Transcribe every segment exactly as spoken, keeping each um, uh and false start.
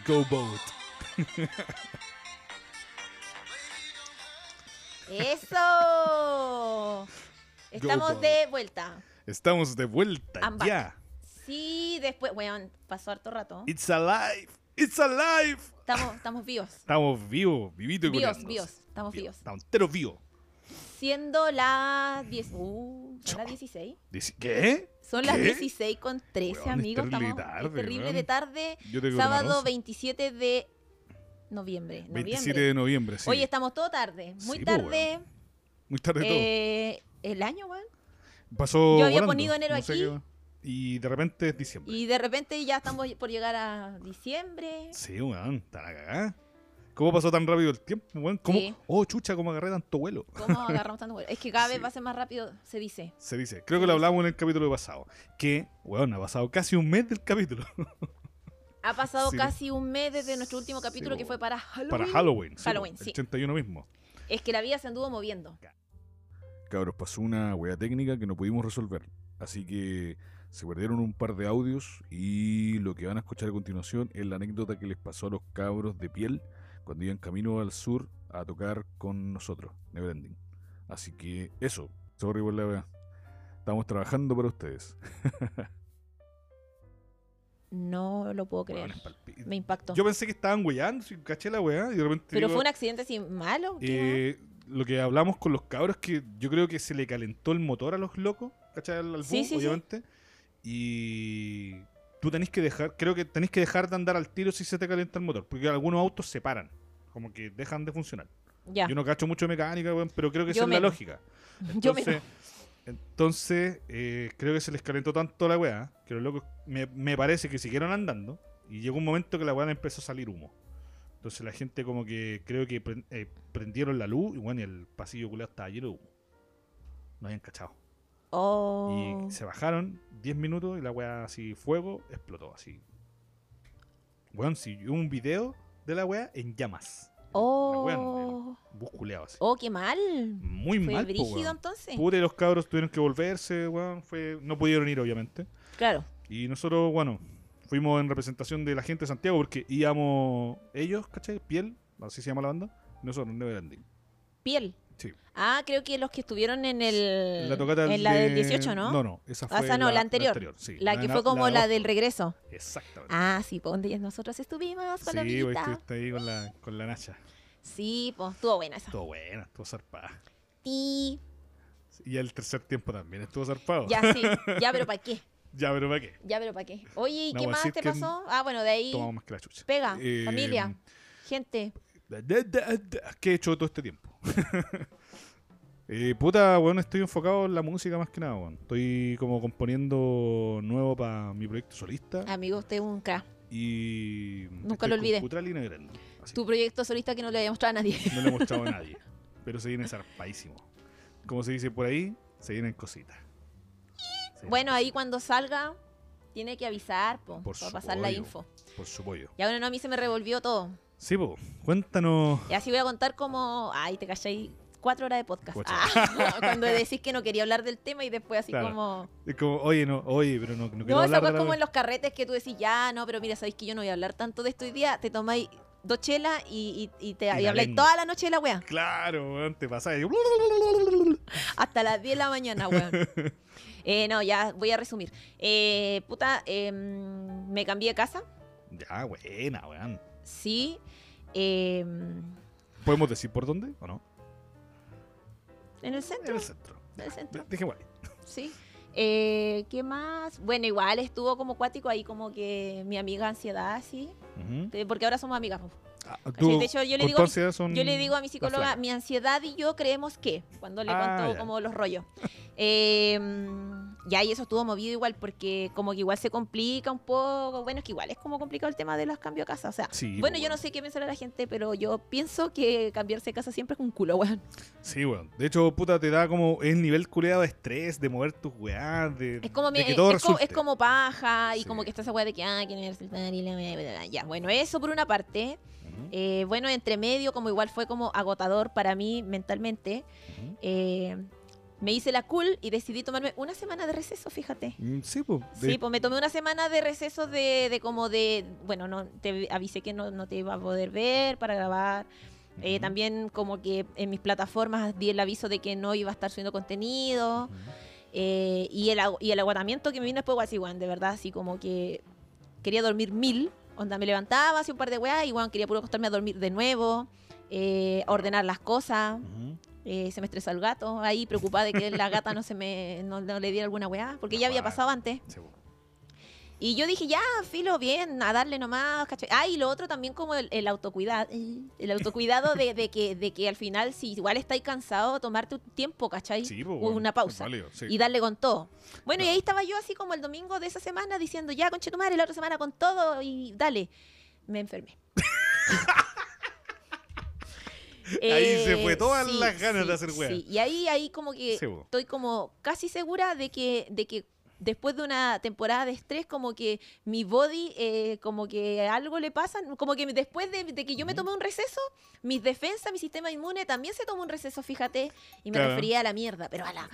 Go Boat. ¡Eso! Estamos Boat. de vuelta. Estamos de vuelta I'm back. ya. Sí, después, weón, pasó harto rato. It's alive. It's alive. Estamos, estamos vivos. Estamos vivos, vivitos y Vivos, coleando. vivos, estamos vivos. Estamos enteros vivos. Siendo las diez. Uh, son las dieciséis. Dici- ¿Qué? Son las ¿Qué? dieciséis con trece, Weón, es amigos. terrible Estamos, tarde, es terrible weón. de tarde. Yo tengo que tomar Sábado once. veintisiete de noviembre. veintisiete noviembre. de noviembre, sí. Oye, estamos todo tarde. Muy Sí, po, tarde. Muy tarde eh, el año, weón. todo. Pasó yo había volando, ponido enero no sé aquí. qué- Y de repente es diciembre. Y de repente ya estamos por llegar a diciembre. Sí, weón, está la cagada. ¿Cómo pasó tan rápido el tiempo, weón? ¿Cómo? Sí. Oh, chucha, cómo agarré tanto vuelo. ¿Cómo agarramos tanto vuelo? Es que cada vez Sí. va a ser más rápido, se dice. Se dice. Creo que lo hablamos en el capítulo pasado. Que, weón, ha pasado casi un mes del capítulo. Ha pasado Sí. casi un mes desde nuestro último capítulo Sí, que fue para Halloween. Para Halloween. Sí, Halloween, po, sí. El ochenta y uno mismo. Es que la vida se anduvo moviendo. Cabros, pasó una wea técnica que no pudimos resolver. Así que se perdieron un par de audios y lo que van a escuchar a continuación es la anécdota que les pasó a los cabros de piel cuando iban camino al sur a tocar con nosotros, Neverending. Así que eso, sorry por la wea. Estamos trabajando para ustedes. No lo puedo creer. Weón, es palpi- Me impactó. Yo pensé que estaban weyando, si caché la wea, y de repente Pero digo, fue un accidente así malo. ¿Qué eh, lo que hablamos con los cabros es que yo creo que se le calentó el motor a los locos, ¿cachai? Al, al Sí, bus, sí, sí. obviamente. Y tú tenés que dejar, creo que tenés que dejar de andar al tiro si se te calienta el motor, porque algunos autos se paran, como que dejan de funcionar. Ya. Yo no cacho mucho de mecánica, weón, pero creo que Yo esa es la menos. lógica. Yo Entonces, menos. entonces eh, creo que se les calentó tanto la weá, que los locos me, me parece que siguieron andando, y llegó un momento que la weá le empezó a salir humo. Entonces la gente como que creo que pre- eh, prendieron la luz y bueno, y el pasillo culiado estaba lleno de humo. No habían cachado. Oh. Y se bajaron diez minutos y la weá así, fuego, explotó así. Weón, si hubo un video de la weá en llamas. La weá, Oh. el bus culiao así. Oh, qué mal. Muy Fue mal, po, brígido weón. entonces. Puta, y los cabros tuvieron que volverse, weón. Fue, no pudieron ir, obviamente. Claro. Y nosotros, bueno, fuimos en representación de la gente de Santiago porque íbamos ellos, ¿cachai? Piel, así se llama la banda. Y nosotros, Neverending. Piel. Sí. Ah, creo que los que estuvieron en el La tocata en la de- del dieciocho, ¿no? No, no, esa Ah, fue esa no, la anterior. sí. La de que na- fue como de la, agosto. del regreso. Exactamente. Ah, sí, pues donde nosotros estuvimos con la Sí, vos amiguita. estuviste ahí con la, con la Nacha. Sí, pues estuvo buena esa. Estuvo buena, estuvo zarpada. Y Y el tercer tiempo también estuvo zarpado. ya sí, ya pero ¿para qué? Ya, pero ¿para qué? Ya pero ¿para qué? Oye, ¿y No, qué voy a más decir te que pasó? Ah, bueno, de ahí Tomamos más que la chucha. pega, Eh, familia, gente. Da, da, da, da. ¿Qué he hecho todo este tiempo? eh, puta, bueno, estoy enfocado en la música más que nada, weón. Estoy como componiendo nuevo para mi proyecto solista. Amigo, usted es un crack. Y. Nunca estoy lo con olvide. Cutral y Negrendo, así. Tu proyecto solista que no le había mostrado a nadie. No le he mostrado a nadie. Pero se viene zarpadísimo. Como se dice por ahí, se vienen cositas. Se vienen Bueno, ahí cositas. cuando salga, tiene que avisar, po, Por para su pasar la pollo. info. Por su pollo. Ya bueno, no, a mí se me revolvió todo. Sí, po. Cuéntanos. Y así voy a contar como. Ay, te calláis cuatro horas de podcast. Pucha. Ah, cuando decís que no quería hablar del tema y después así Claro. como. Es como, oye, no, oye, pero no, no quiero No, esa hablar fue de la como wea. en los carretes que tú decís, ya, no, pero mira, sabéis que yo no voy a hablar tanto de esto hoy día. Te tomáis dos chelas y, y, y te Y y la habláis lengua. toda la noche de la wea. Claro, weón, te pasa ahí. Hasta las diez de la mañana, weón. Eh, no, ya voy a resumir. Eh, puta, em, me cambié de casa. Ya, buena, weón. Sí. em, ¿Podemos decir por dónde o no? en el En centro. el centro. En el centro. Dije, bueno. Sí. Eh, ¿Qué más? Bueno, igual estuvo como cuático ahí como que mi amiga ansiedad, sí. Ujú. Eh, Porque ahora somos amigas. po. Ah, ¿Cachai? tú, De hecho, yo le con digo tu a mi- ansiedad son Yo le digo a mi las psicóloga, flacas. mi ansiedad y yo creemos que, cuando le Ah, cuento ya. como los rollos. Eh, ya, y eso estuvo movido igual, porque como que igual se complica un poco. Bueno, es que igual es como complicado el tema de los cambios de casa. O sea, Sí, bueno, pues, yo no weón. sé qué pensará la gente, pero yo pienso que cambiarse de casa siempre es un culo, weón. Sí, weón. De hecho, puta, te da como el nivel culeado de estrés, de mover tus weás, de, Es como, de mi- que todo es, como, resulte. es como paja y Sí. como que está esa weá de que, ah, que no voy a resultar y la bla, bla, bla. Ya, bueno, eso por una parte. Ujú, Eh, bueno, entre medio, como igual fue como agotador para mí mentalmente. ujú. Eh, me hice la cool y decidí tomarme una semana de receso, fíjate. Mm, sí, pues. Sí, pues me tomé una semana de receso de, de como de... Bueno, no te avisé que no, no te iba a poder ver para grabar. Eh, Ujú. también como que en mis plataformas di el aviso de que no iba a estar subiendo contenido. Ujú. Eh, y, el, agu- y el agotamiento que me vino después, así, weón, de verdad, así como que quería dormir mil. Onda, me levantaba, hacía un par de weas y, weón, quería puro acostarme a dormir de nuevo. Eh, ordenar las cosas. Ujú. Eh, se me estresó el gato, ahí preocupada de que la gata no se me no, no le diera alguna weá, porque ya había pasado antes. Sí, po. Y yo dije, ya, filo, bien, a darle nomás, ¿cachai? Ah, y lo otro también como el, el autocuidado, el autocuidado de, de, que, de que al final, si igual estáis cansado, tomarte un tiempo, ¿cachai? Sí, po, O bueno, una es pausa. válido, sí. Y darle con todo. Bueno, y Claro. ahí estaba yo así como el domingo de esa semana diciendo, ya, conchetumare, la otra semana con todo y dale. Me enfermé. Ahí se Eh, fue todas sí, las ganas sí, de hacer weá. sí. Y ahí, ahí como que Sí, po. estoy como casi segura de que, de que después de una temporada de estrés, como que mi body, eh, como que algo le pasa, como que después de, de que yo me Ujú. tomé un receso, mis defensas, mi sistema inmune también se tomó un receso, fíjate, y me Claro. refería a la mierda, pero a la...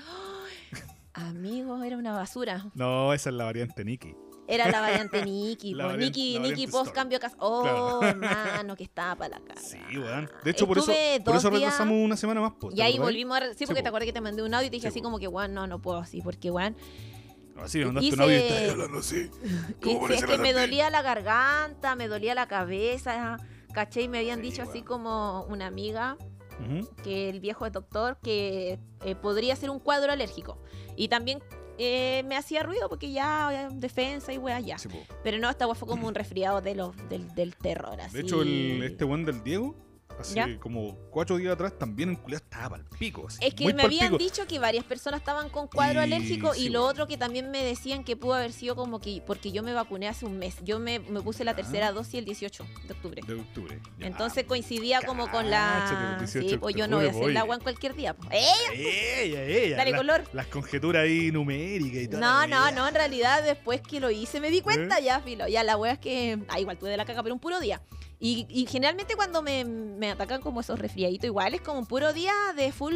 Amigo, era una basura. No, esa es la variante Nikki. Era la variante Nikki, La po. variante- Nikki, la Nikki variante post Storm. cambio casa. Oh, Claro. hermano, que estaba para la cara. Sí, weón. De hecho, por eso, Estuve por eso dos días- retrasamos una semana más. po, ¿te Y ahí acordás? volvimos a... re- Sí, Sí, porque po. te acuerdas que te mandé un audio y te dije Sí, así po. como que, weón, no, no puedo así, porque, weón... Así me mandaste hice- un audio y estás ahí hablando así. Y ¿Cómo sí, parece es la que me sartén? dolía la garganta, me dolía la cabeza, ¿caché? Y me habían Sí, dicho así weón. como una amiga, Ujú. que el viejo doctor, que eh, podría ser un cuadro alérgico. Y también eh, me hacía ruido porque ya, ya, defensa y weá, ya. Sí, po. Pero no, esta weá fue como un resfriado de los, del, del terror, así. De hecho, el, este weón del Diego, hace ¿Ya? como cuatro días atrás, también en culiado estaba pa'l pico. así, Es que muy me pa'l habían pico. dicho que varias personas estaban con cuadro Y alérgico sí, y lo bueno. otro que también me decían que pudo haber sido como que porque yo me vacuné hace un mes. Yo me, me puse la Ya. tercera dosis el dieciocho de octubre. De octubre. Ya. Entonces coincidía como con Cáchate, la... el dieciocho Sí, de pues yo no voy a hacer octubre, la voy. agua en cualquier día. po. ¡Eh! Ella, ella. Dale la- color. Las conjeturas ahí numéricas y todo. No, no, no, en realidad después que lo hice me di cuenta ¿Eh? ya, filo. Ya la wea es que... Ah, igual tuve de la caca, pero un puro día. Y, y generalmente cuando me, me atacan como esos resfriaditos, igual es como un puro día de full...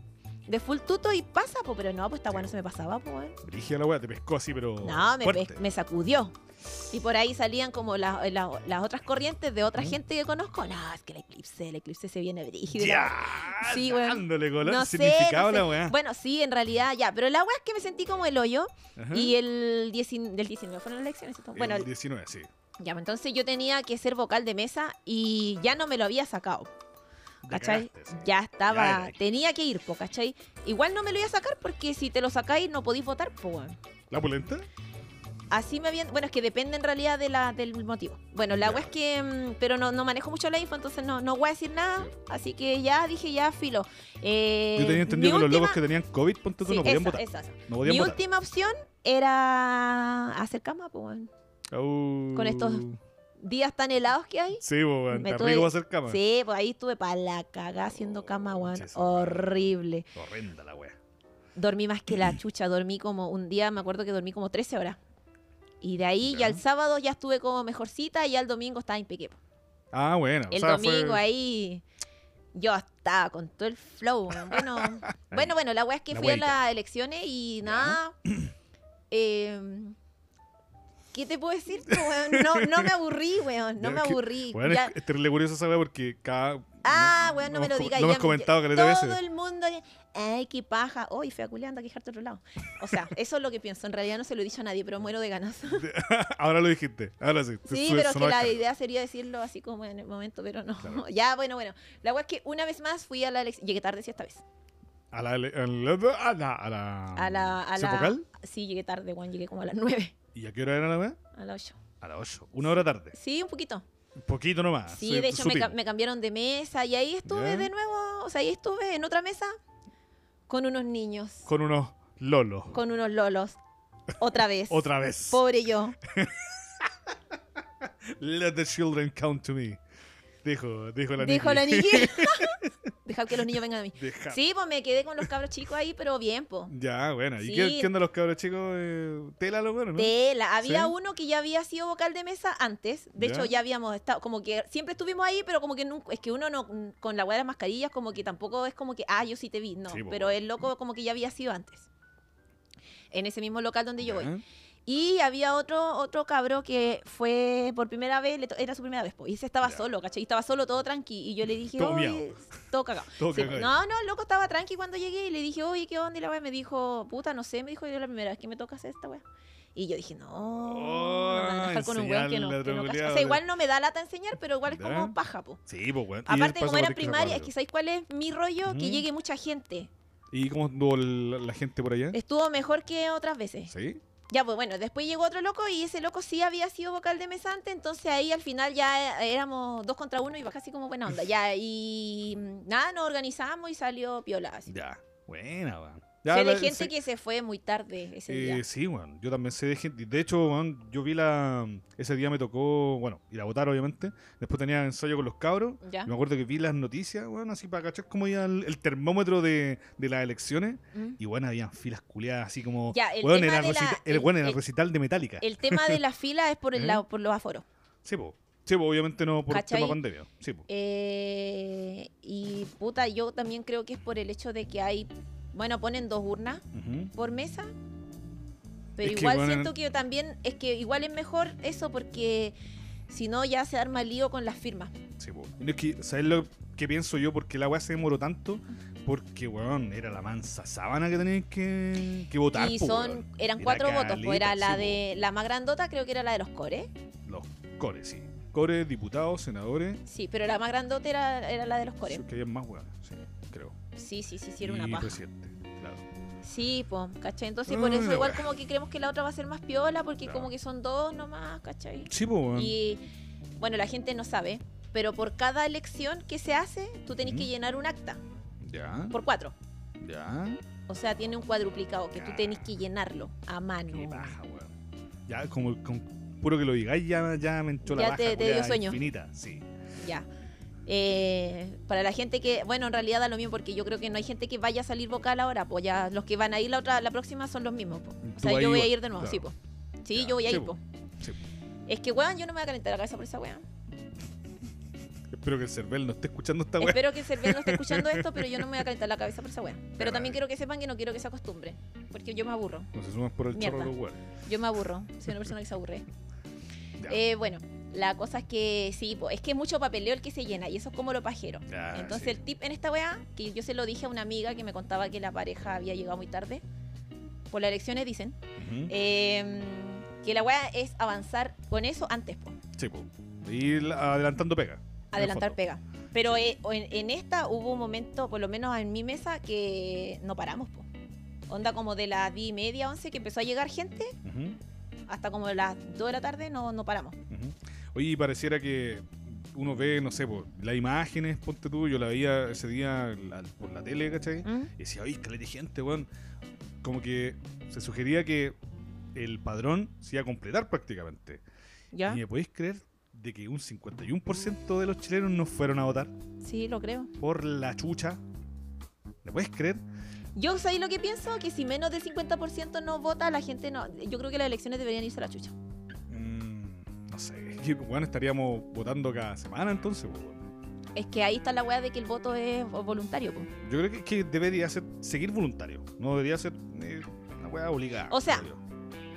De full tuto y pasa, po, pero no, pues esta weá no se me pasaba, pues. Brígida la weá, te pescó así, pero. No, me, fuerte. pe- me sacudió. Y por ahí salían como la- la- las otras corrientes de otra ¿Mm? gente que conozco. No, es que el eclipse, el eclipse se viene brígido. Ya. Sí, weón. Dándole color. No sé, significado no sé. la weá. Bueno, sí, en realidad ya. Pero la weá es que me sentí como el hoyo. Ajá. Y el diecinueve, del diecinueve fueron las elecciones. ¿cierto? Bueno, el el- diecinueve, sí. ya, pues entonces yo tenía que ser vocal de mesa y ya no me lo había sacado. Te ¿Cachai? cagaste, sí. Ya estaba, Ya era. tenía que ir, po, ¿cachai? Igual no me lo iba a sacar porque si te lo sacáis no podéis votar, po, weón. ¿La pulenta? Así me habían... Bueno, es que depende en realidad de la, del motivo. Bueno, la Ya. wea es que... mm, Pero no, no manejo mucho la info, entonces no, no voy a decir nada. Sí. Así que ya dije, ya filo. Eh, Yo tenía entendido mi que los locos última- que tenían COVID, ponte tú, Sí, no podían esa, votar. esa, esa. No podían Mi votar. última opción era hacer cama, pues, weón. Au. con estos días tan helados que hay. Sí, po, weón. Me Está tuve- rico para hacer cama. Sí, pues ahí estuve para la cagada haciendo cama, weón. Conche su madre. Horrible. Horrenda la weá. Dormí más que la chucha, dormí como un día, me acuerdo que dormí como trece horas. Y de ahí Ya. ya el sábado ya estuve como mejorcita y ya el domingo estaba impeque. Ah, bueno. El o sea, domingo fue... ahí yo estaba con todo el flow. weón. Bueno, bueno, bueno, la weá es que La fui a hueita. las elecciones y nada. eh, ¿Qué te puedo decir? po, weón? No, no me aburrí, weón. No Ya, me es que, aburrí. Weón, Ya- es, es terrible curioso esa weá porque cada. Ah, weón, no me lo hemos- digas. No ya- hemos comentado que le todo veces. el mundo, ay, qué paja. Uy, fea culianda, quejarte a otro lado. O sea, eso es lo que pienso. En realidad no se lo he dicho a nadie, pero muero de ganas. Ahora lo dijiste. Ahora sí. te Sí, su- pero es sonó que la acá. idea sería decirlo así como en el momento, pero no. Claro. Ya, bueno, bueno. La weá es que una vez más fui a la elección. Llegué tarde, sí, esta vez. A la. A la. A la. A la, A la. A ¿Se la vocal? Sí, llegué tarde, Juan. Llegué como a las nueve. ¿Y a qué hora era la weá? A las ocho. A las ocho. Una hora tarde. Sí, un poquito. Un poquito nomás. Sí, soy de hecho me, sutil. ca- me cambiaron de mesa y ahí estuve Ya. de nuevo. O sea, ahí estuve en otra mesa con unos niños. Con unos lolos. Con unos lolos. Otra vez. Otra vez. Pobre yo. Let the children count to me. Dijo, dijo la Dijo la Niki. Niki. Dejar que los niños vengan a mí. Deja. Sí, pues me quedé con los cabros chicos ahí, pero bien, pues. Ya, bueno. ¿Y Sí. qué, qué onda los cabros chicos? Eh, tela, lo bueno, ¿no? Tela. Había ¿Sí? uno que ya había sido vocal de mesa antes. De Ya. hecho, ya habíamos estado, como que siempre estuvimos ahí, pero como que nunca, es que uno no, con la weá de las mascarillas, como que tampoco es como que, ah, yo sí te vi. No, Sí, po, pero weón. el loco como que ya había sido antes. En ese mismo local donde yo voy. Ya. Y había otro, otro cabro que fue por primera vez, le to- era su primera vez, po, y ese estaba Ya. solo, ¿cachai? Y estaba solo, todo tranqui. Y yo le dije, Todo oye, miado. todo cagado. Todo Sí, cagado. no, no, el loco estaba tranqui cuando llegué y le dije, oye, ¿qué onda? Y la wea me dijo, puta, no sé, me dijo, yo es la primera vez que me toca hacer esta wea. Y yo dije, no, Oh, me van a dejar con un weón que no, enseñarle a que no otro cacha. O culiao sea, de- igual no me da lata enseñar, pero igual es Ya. como paja, po. Sí, pues, weón. Y Aparte, el paso como era para ti que primaria, se es que ¿sabéis cuál es mi rollo? Que Ujú. llegue mucha gente. ¿Y cómo anduvo la, la gente por allá? Estuvo mejor que otras veces. ¿Sí? Ya, pues bueno, después llegó otro loco y ese loco sí había sido vocal de mesa antes, entonces ahí al final ya eh, éramos dos contra uno y va casi como buena onda. Ya, y mm, nada, nos organizamos y salió piola. Así. Ya. Buena, weón. Sé de la- gente sí, que se fue muy tarde ese eh, día. sí, weón. Yo también sé de gente. De hecho, weón, yo vi la. Ese día me tocó, bueno, ir a votar, obviamente. Después tenía ensayo con los cabros. ¿Ya? Y me acuerdo que vi las noticias, weón, así para cachar cómo iba el, el termómetro de, de las elecciones. ¿Mm? Y bueno, habían filas culiadas, así como. Ya, el weón, tema era de la- recita- el, el- weón, era el- recital de Metallica. El tema de la fila es por, el ¿Eh? lado, por los aforos. Sí, po. Sí, po, obviamente no por ¿Cachai? el tema pandemia. Sí, po. Eh, y puta, yo también creo que es por el hecho de que hay, bueno, ponen dos urnas Ujú. por mesa. Pero Es que, igual bueno, siento que también, es que igual es mejor eso porque si no ya se arma el lío con las firmas. Sí, po. Y no es que, ¿sabes lo que pienso yo? Porque la weá se demoró tanto. Porque, weón, era la mansa sábana que tenían que, que votar. Y po, son, weón. eran Era cuatro votos, pues era caleta, la sí, de la más grandota, creo que era la de los cores. po. Los cores, sí. Cores, diputados, senadores. Sí, pero la más grandota era, era la de los cores. Sí, que había más weón, sí, creo. Sí, sí, sí, sí, era y una paja. presidente, claro. Sí, pues, ¿cachai? Entonces Ay, por eso la igual wea. como que creemos que la otra va a ser más piola porque Claro. como que son dos nomás, ¿cachai? Sí, pues, weón. Y bueno, la gente no sabe, pero por cada elección que se hace, tú tenés que Ujú. llenar un acta, Ya, por cuatro. ya. O sea, tiene un cuadruplicado que tú Ya. tenés que llenarlo a mano. Qué baja, weón. Ya, como con puro que lo digáis, ya, ya me entró la Ya baja. te- te dio culiá, sueño. Infinita, sí. Ya. Eh, para la gente que, bueno, en realidad da lo mismo porque yo creo que no hay gente que vaya a salir vocal ahora, pues ya los que van a ir la otra, la próxima son los mismos, po. O Tú sea, vas yo voy a a ir, ir de nuevo, claro. sí, po. Sí, Ya, yo voy a sí, ir, po. po. Sí. Es que, weón, yo no me voy a calentar la cabeza por esa weá. Espero que el Cervel no esté escuchando esta weá. Espero que Cervel no esté escuchando esto, pero yo no me voy a calentar la cabeza por esa weá. Pero Pero, también eh. quiero que sepan que no quiero que se acostumbre, porque yo me aburro. No se suman por el Mierda. chorro de los weones. Yo me aburro, soy una persona que se aburre. Ya. Eh, bueno, la cosa es que sí, po, es que es mucho papeleo el que se llena y eso es como lo pajero. Ya, Entonces sí. el tip en esta weá, que yo se lo dije a una amiga que me contaba que la pareja había llegado muy tarde, por las elecciones dicen, Ujú. eh, que la weá es avanzar con eso antes, po, Sí, pues. Ir la- adelantando pega. en el adelantar fondo. pega. Pero eh, o en, en esta hubo un momento, por lo menos en mi mesa, que no paramos, po. Onda como de las diez y media, once, que empezó a llegar gente, Ujú, hasta como las dos de la tarde no, no paramos. ujú. Oye, y pareciera que uno ve, no sé, por las imágenes, ponte tú, yo la veía ese día la- por la tele, ¿cachai? ¿Mm? Y decía, oye, caleta de gente, weón. Como que se sugería que el padrón se iba a completar prácticamente. ¿Ya? ¿Y me podéis creer de que un cincuenta y uno por ciento de los chilenos no fueron a votar Sí, lo creo. por la chucha? ¿Me puedes creer? Yo sé lo que pienso, que si menos del cincuenta por ciento no vota, la gente no... Yo creo que las elecciones deberían irse a la chucha. Mm, no sé. Que, weón, estaríamos votando cada semana entonces, weón. Es que ahí está la weá de que el voto es voluntario, po. Yo creo que, que debería ser seguir voluntario. No debería ser eh, una weá obligada. O sea, creo yo.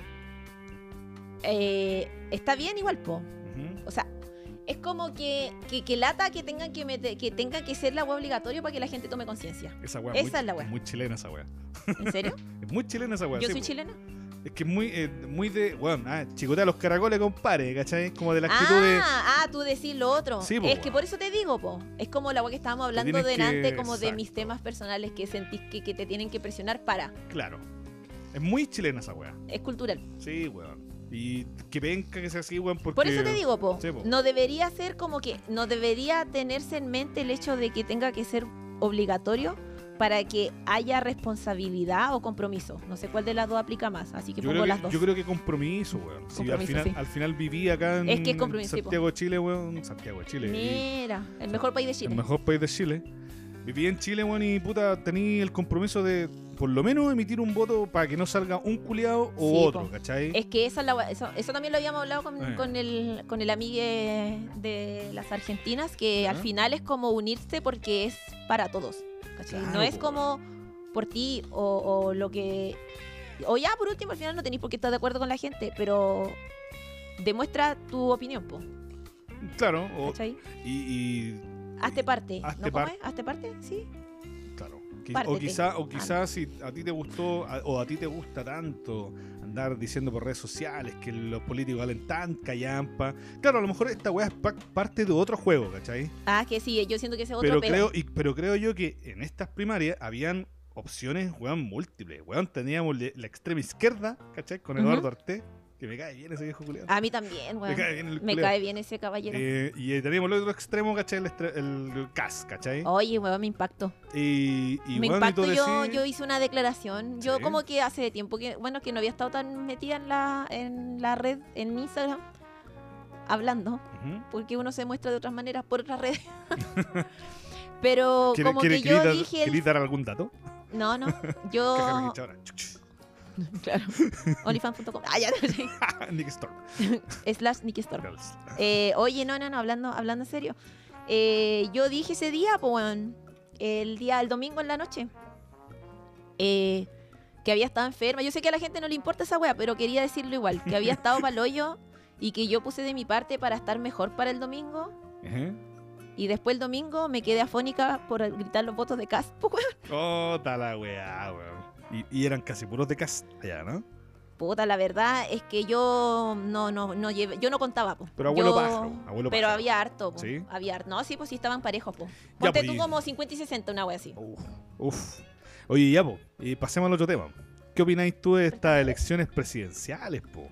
Eh, está bien igual, po. Ujú. O sea, es como que, que, que lata que tengan que meter, que tenga que ser la weá obligatoria para que la gente tome conciencia. Esa weá esa muy, es la weá. muy chilena esa weá. ¿En serio? Es muy chilena esa weá. Yo sí, soy po. chilena. Es que es muy, eh, muy de, weón, ah, chicotea los caracoles, compadre, ¿cachai? Como de la actitud de... Ah, ah, tú decís lo otro. Sí, po, es que weón. por eso te digo, po. Es como la weá que estábamos hablando tienes que- delante, como de mis exacto. temas personales que sentís que, que te tienen que presionar para. Claro. Es muy chilena esa weá. Es cultural. Sí, weón. Y que venga que sea así, weón, porque... Por eso te digo, po, Sí, po. no debería ser como que, no debería tenerse en mente el hecho de que tenga que ser obligatorio para que haya responsabilidad o compromiso. No sé cuál de las dos aplica más, así que Yo pongo creo las que, dos. yo creo que compromiso, weón. Sí, al Compromiso, final, sí. al final viví acá en Es que es compromiso, sí, po. Santiago de Chile, weón. Santiago de Chile. y Mira, el mejor país de Chile. El mejor país de Chile. Viví en Chile, weón, y puta, tenía el compromiso de por lo menos emitir un voto para que no salga un culiado o Sí, otro, po. ¿cachai? Es que esa es la, wea- eso, eso también lo habíamos hablado con, Eh. con el con el amigue de las argentinas, que al ¿Ah? final es como unirse porque es para todos, ¿cachai? Claro, no es po, como por ti o, o lo que... O ya, por último, al final no tenéis por qué estar de acuerdo con la gente, pero demuestra tu opinión, po, Claro, o, ¿cachai? y, y Hazte parte. hazte ¿No? ¿Cómo par- es? ¿Hazte parte? Sí. claro. Qui- Pártete. O quizá, o Ah, quizá si a ti te gustó a- o a ti te gusta tanto andar diciendo por redes sociales que los políticos valen tan callampa. Claro, a lo mejor esta weá es pa- parte de otro juego, ¿cachai? Ah, que sí, yo siento que ese es otro Pero pedo. creo, y, pero creo yo que en estas primarias habían opciones, weón, múltiples. Weón, teníamos le- la extrema izquierda, ¿cachai? Con Ujú. Eduardo Arte, que me cae bien ese viejo culiado. A mí también, me weón. cae bien el Me culiao. cae bien ese caballero. Eh, y eh, teníamos el otro extremo, ¿cachai? El, estre- el C A S, ¿cachai? Oye, weón, me impactó. Y, y me weón, y impactó, tú yo, decís- yo hice una declaración. Yo Sí. como que hace tiempo que, bueno, que no había estado tan metida en la, en la red, en Instagram, hablando, Ujú. porque uno se muestra de otras maneras por otras redes. Pero ¿Quiere- como quiere- que quiere yo dar- dije... el- ¿Queréis dar algún dato? No, no, Caja yo... registrada. Claro, onlyfans punto com. Ah, ya, sí. Nick Storm. Slash Nicky Storm. Eh, oye, no, no, no, hablando, hablando en serio. Eh, yo dije ese día, pues, weón, el día, el domingo en la noche, eh, que había estado enferma. Yo sé que a la gente no le importa esa wea, pero quería decirlo igual, que había estado pa'l hoyo y que yo puse de mi parte para estar mejor para el domingo. Ajá. Y después el domingo me quedé afónica por gritar los votos de Cast, pues, weón. Oh, ta la weá, weón. Y, y eran casi puros de casa allá, ¿no? Puta, la verdad es que yo no, no, no llevé, yo no contaba, po. Pero abuelo Yo- pájaro, abuelo Pero pájaro. había harto, po. ¿Sí? Había harto. No, sí, pues sí estaban parejos, po. Ya, Ponte pues, tú y- como cincuenta y sesenta, una wea así. Uf, uf. Oye, ya, po. Y pasemos al otro tema. ¿Qué opináis tú de estas elecciones presidenciales, po?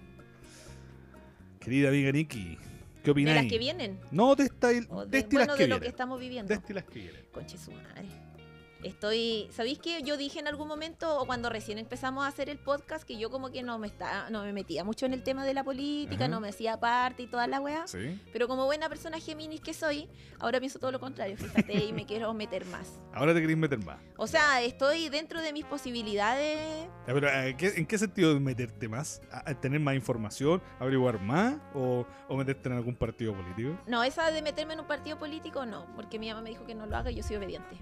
Querida amiga Nikki, ¿qué De opináis? las que vienen. No, de, esta, de, O de, estas y las bueno, que de lo que vienen. estamos viviendo. De estas y las que vienen. Conche su madre. Estoy, ¿sabéis que yo dije en algún momento o cuando recién empezamos a hacer el podcast que yo como que no me está, no me metía mucho en el tema de la política, Ajá. no me hacía parte y toda la weá? Sí. Pero como buena persona Géminis que soy, ahora pienso todo lo contrario, fíjate, y me quiero meter más. Ahora te queréis meter más. O sea, estoy dentro de mis posibilidades. Ya, pero, ¿a qué- ¿en qué sentido meterte más? ¿A, a tener más información? ¿Averiguar más? ¿O, o meterte en algún partido político? No, esa de meterme en un partido político, no, porque mi mamá me dijo que no lo haga y yo soy obediente.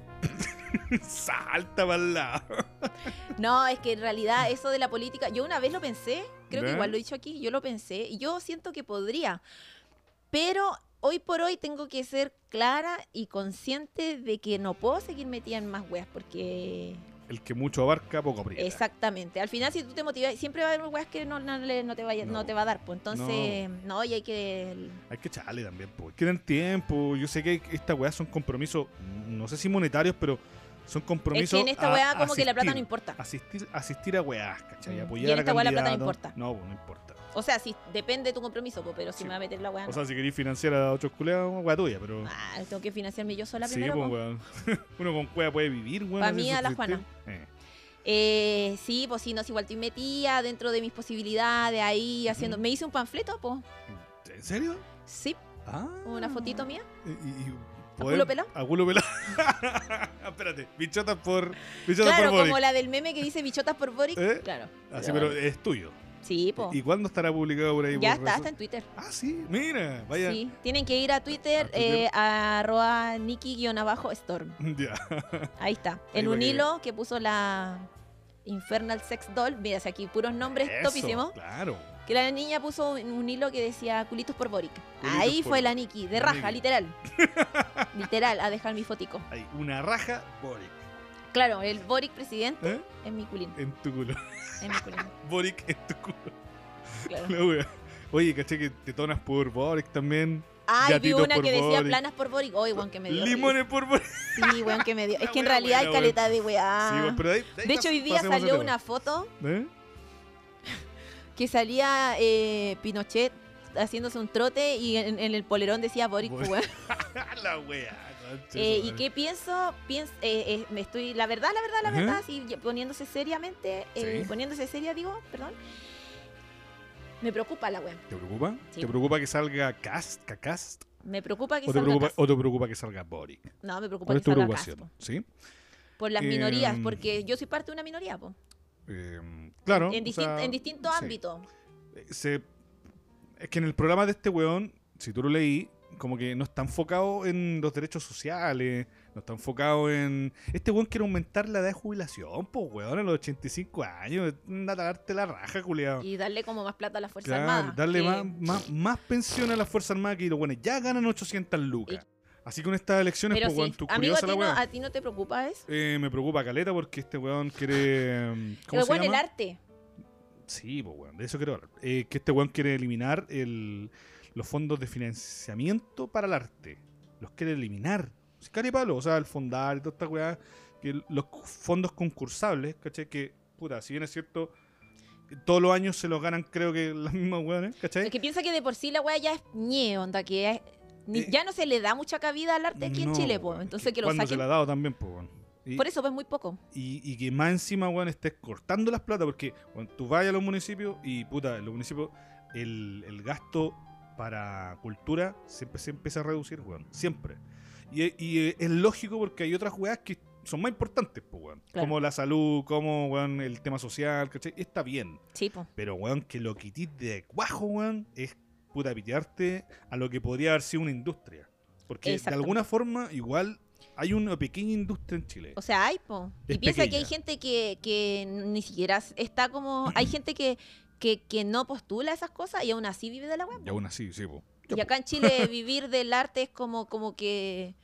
Salta para el lado. No, es que en realidad eso de la política, yo una vez lo pensé, creo que ¿Ya? igual lo he dicho aquí, yo lo pensé y yo siento que podría, pero hoy por hoy tengo que ser clara y consciente de que no puedo seguir metida en más weas porque... El que mucho abarca, poco aprieta. Exactamente, al final si tú te motivas, siempre va a haber weas que no, no, le- no te, vaya, No. no te va a dar, pues entonces, no, y hay que... Hay que echarle también, pues. Quieren tiempo. Yo sé que estas weas son compromisos, no sé si monetarios, pero son Es compromisos. que en esta a- wea como que la plata no asistir. importa. Asistir, asistir a weas, ¿cachai? Mm. Apoyar Y en a esta wea la plata no candidatos. importa. No, pues, no importa. O sea, si depende de tu compromiso, pues, pero si Sí. me va a meter la wea, O no. sea, si queréis financiar a otros culeados, wea tuya, pero. Ah, tengo que financiarme yo sola sí, primero. pues, po. weón. Uno con cueva puede vivir, weón. Pa' así mí, a la subsistir. Juana. Eh. Eh, sí, pues sí, no, si igual estoy metida dentro de mis posibilidades ahí haciendo. Ujú. Me hice un panfleto, pues. ¿En serio? Sí, Ah. una fotito mía. Y, y- ¿A poder- culo pelado? A culo pelado. Espérate, bichotas por. Bichotas Claro, por Boric. como la del meme que dice bichotas por Boric. ¿Eh? Claro. Así, pero es tuyo. Sí, pues. ¿Y cuándo estará publicado por ahí? Ya por está, redes- está en Twitter. Ah, sí, mira, vaya. Sí, tienen que ir a Twitter, A Twitter. eh, a arroba Nikki-Storm. Ya. Ahí está. Ahí En va un que- hilo que puso la Infernal Sex Doll. Mira, si aquí puros nombres Eso, topísimos. Claro. Que la niña puso un, un hilo que decía culitos por Boric. Culitos Ahí por fue Boric. la Nikki, de La raja, Nikki. literal. Literal, a dejar mi fotico. Hay una raja, Boric. Claro, el Boric presidente ¿Eh? es mi culín. En tu culo. Es mi culín. Boric en tu culo. Claro. La wea. Oye, caché que te tonas por Boric también. Ay, vi Gatitos una por que decía Boric. planas por Boric. Oye, weón, que me dio. Limones por Boric. risa. Sí, weón, que me dio. La Es que en wea realidad hay buena, caleta de weá. Sí, pues, pero de, ahí- de ahí De hecho, pas- hoy día pasemos ese salió tema. una foto ¿Eh? que salía eh, Pinochet haciéndose un trote y en, en el polerón decía Boric, Boric. weón. La wea, Eh, ¿Y qué pienso? pienso eh, eh, me estoy, la verdad, la verdad, la Ajá. verdad, sí, ya poniéndose seriamente, eh, Sí. poniéndose seria, digo, perdón. Me preocupa la wea. ¿Te preocupa? Sí. ¿Te preocupa que salga Cast, Cast? Me preocupa que ¿O te, salga preocupa, Cast. ¿O te preocupa que salga Boric? No, me preocupa ¿Cuál que es tu salga Cast, preocupación? po. ¿Sí? Por las Eh, minorías, porque yo soy parte de una minoría, po. Eh, claro. En, o distin- sea, en distintos sí. ámbitos. Eh, se- es que en el programa de este weón, si tú lo leí, como que no está enfocado en los derechos sociales, no está enfocado en... Este weón quiere aumentar la edad de jubilación, pues weón, a los ochenta y cinco años, anda a darte la raja, culiado. Y darle como más plata a las Fuerzas Claro, Armadas. darle que- más, más, más pensión a las Fuerzas Armadas que los weones ya ganan ochocientas lucas. Así con estas elecciones, Pero pues weón, sí, tú amigo, ¿a curiosa ti, la no, weá. ¿a ti no te preocupa eso? Eh, me preocupa caleta porque este weón quiere... ¿Cómo Pero se bueno, el llama? arte. Sí, pues weón, de eso quiero hablar. Eh, que este weón quiere eliminar el, los fondos de financiamiento para el arte. Los quiere eliminar. Sí, caripalo, o sea, el fondar y toda esta weá. Que los fondos concursables, ¿cachai? Que, puta, si bien es cierto, todos los años se los ganan, creo que las mismas weones, ¿cachai? Es que piensa que de por sí la wea ya es ñe, onda, que es- ni- Eh, ya no se le da mucha cabida al arte aquí en No, Chile, po. weón, Entonces que lo ¿cuándo se saquen. le ha dado también, pues, weón? Y, Por eso, pues muy poco. y, y que más encima, weón, estés cortando las plata, porque cuando tú vas a los municipios y, puta, en los municipios, el, el gasto para cultura siempre se empieza a reducir, weón, siempre. Y, y es lógico porque hay otras weas que son más importantes, pues, weón. Claro. Como la salud, como, weón, el tema social, ¿cachai? Está bien. Sí, po. Pero, weón, que lo quitís de cuajo, weón, es, puta, pitearte a lo que podría haber sido una industria. Porque de Exactamente. alguna forma, igual, hay una pequeña industria en Chile. O sea, hay, po. Es Y piensa que pequeña. hay gente que, que ni siquiera está como... Hay gente que, que, que no postula esas cosas y aún así vive de la web. Y aún así, sí, po. Y acá en Chile vivir del arte es como, como que...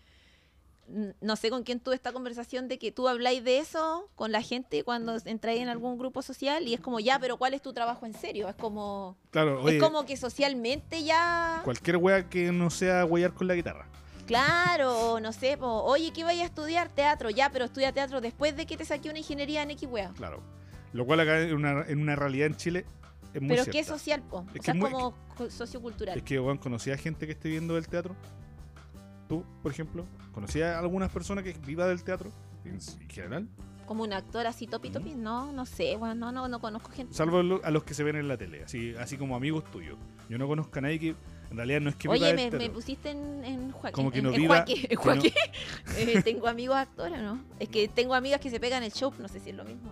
n- No sé con quién tuve esta conversación de que tú habláis de eso con la gente cuando entráis en algún grupo social y es como, ya, pero ¿cuál es tu trabajo en serio? Es como... Claro, oye, es como que socialmente ya... cualquier wea que no sea huear con la guitarra. Claro, no sé, po, oye, ¿qué vaya a estudiar? Teatro, ya, pero estudia teatro después de que te saqué una ingeniería en X wea. Claro. Lo cual acá en una, en una realidad en Chile es muy Pero cierta. ¿qué es social, po? Es O que sea, es es muy- como co- sociocultural. Es que, weón, ¿conocía gente que esté viendo del teatro? ¿Tú, por ejemplo? ¿Conocías a algunas personas que viva del teatro? En, en general. Como un actor así topi topi, no, no sé, bueno, no, no, no conozco gente. Salvo lo- a los que se ven en la tele, así, así como amigos tuyos. Yo no conozco a nadie que en realidad no es que viva Oye, del me, me teatro. pusiste en, en Joaquín. Como que en, no en viva- Joaquín, en que no- Joaquín. Eh, tengo amigos actores, ¿no? Es que tengo amigas que se pegan el show, no sé si es lo mismo.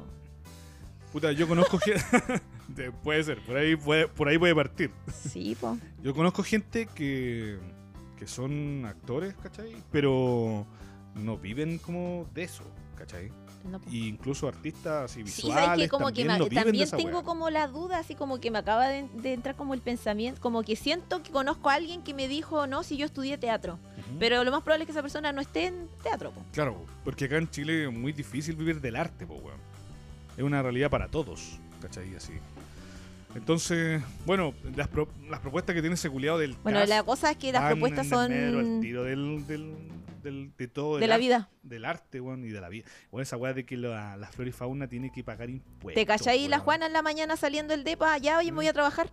Puta, yo conozco gente... puede ser, por ahí puede, por ahí puede partir. Sí, po. Yo conozco gente que, que son actores, ¿cachai? Pero no viven como de eso, ¿cachai? No, po. Y incluso artistas así Sí, visuales sabes que como que también me- no viven de también esa tengo wea. como la duda, así como que me acaba de, de entrar como el pensamiento, como que siento que conozco a alguien que me dijo, no, si yo estudié teatro. Ujú. Pero lo más probable es que esa persona no esté en teatro, po. Claro, porque acá en Chile es muy difícil vivir del arte, po, weón. Es una realidad para todos, ¿cachai? Así. Entonces, bueno, las, pro- las propuestas que tiene ese culiado del Bueno, cast la cosa es que las van propuestas en el medio al son tiro del, del, del- de todo de el la arte- vida. del arte, weón, y de la vida. Bueno, esa weá de que la, la flora y fauna tiene que pagar impuestos. ¿Te cachai? La weón. Juana en la mañana saliendo del depa, ya, oye, me voy a trabajar.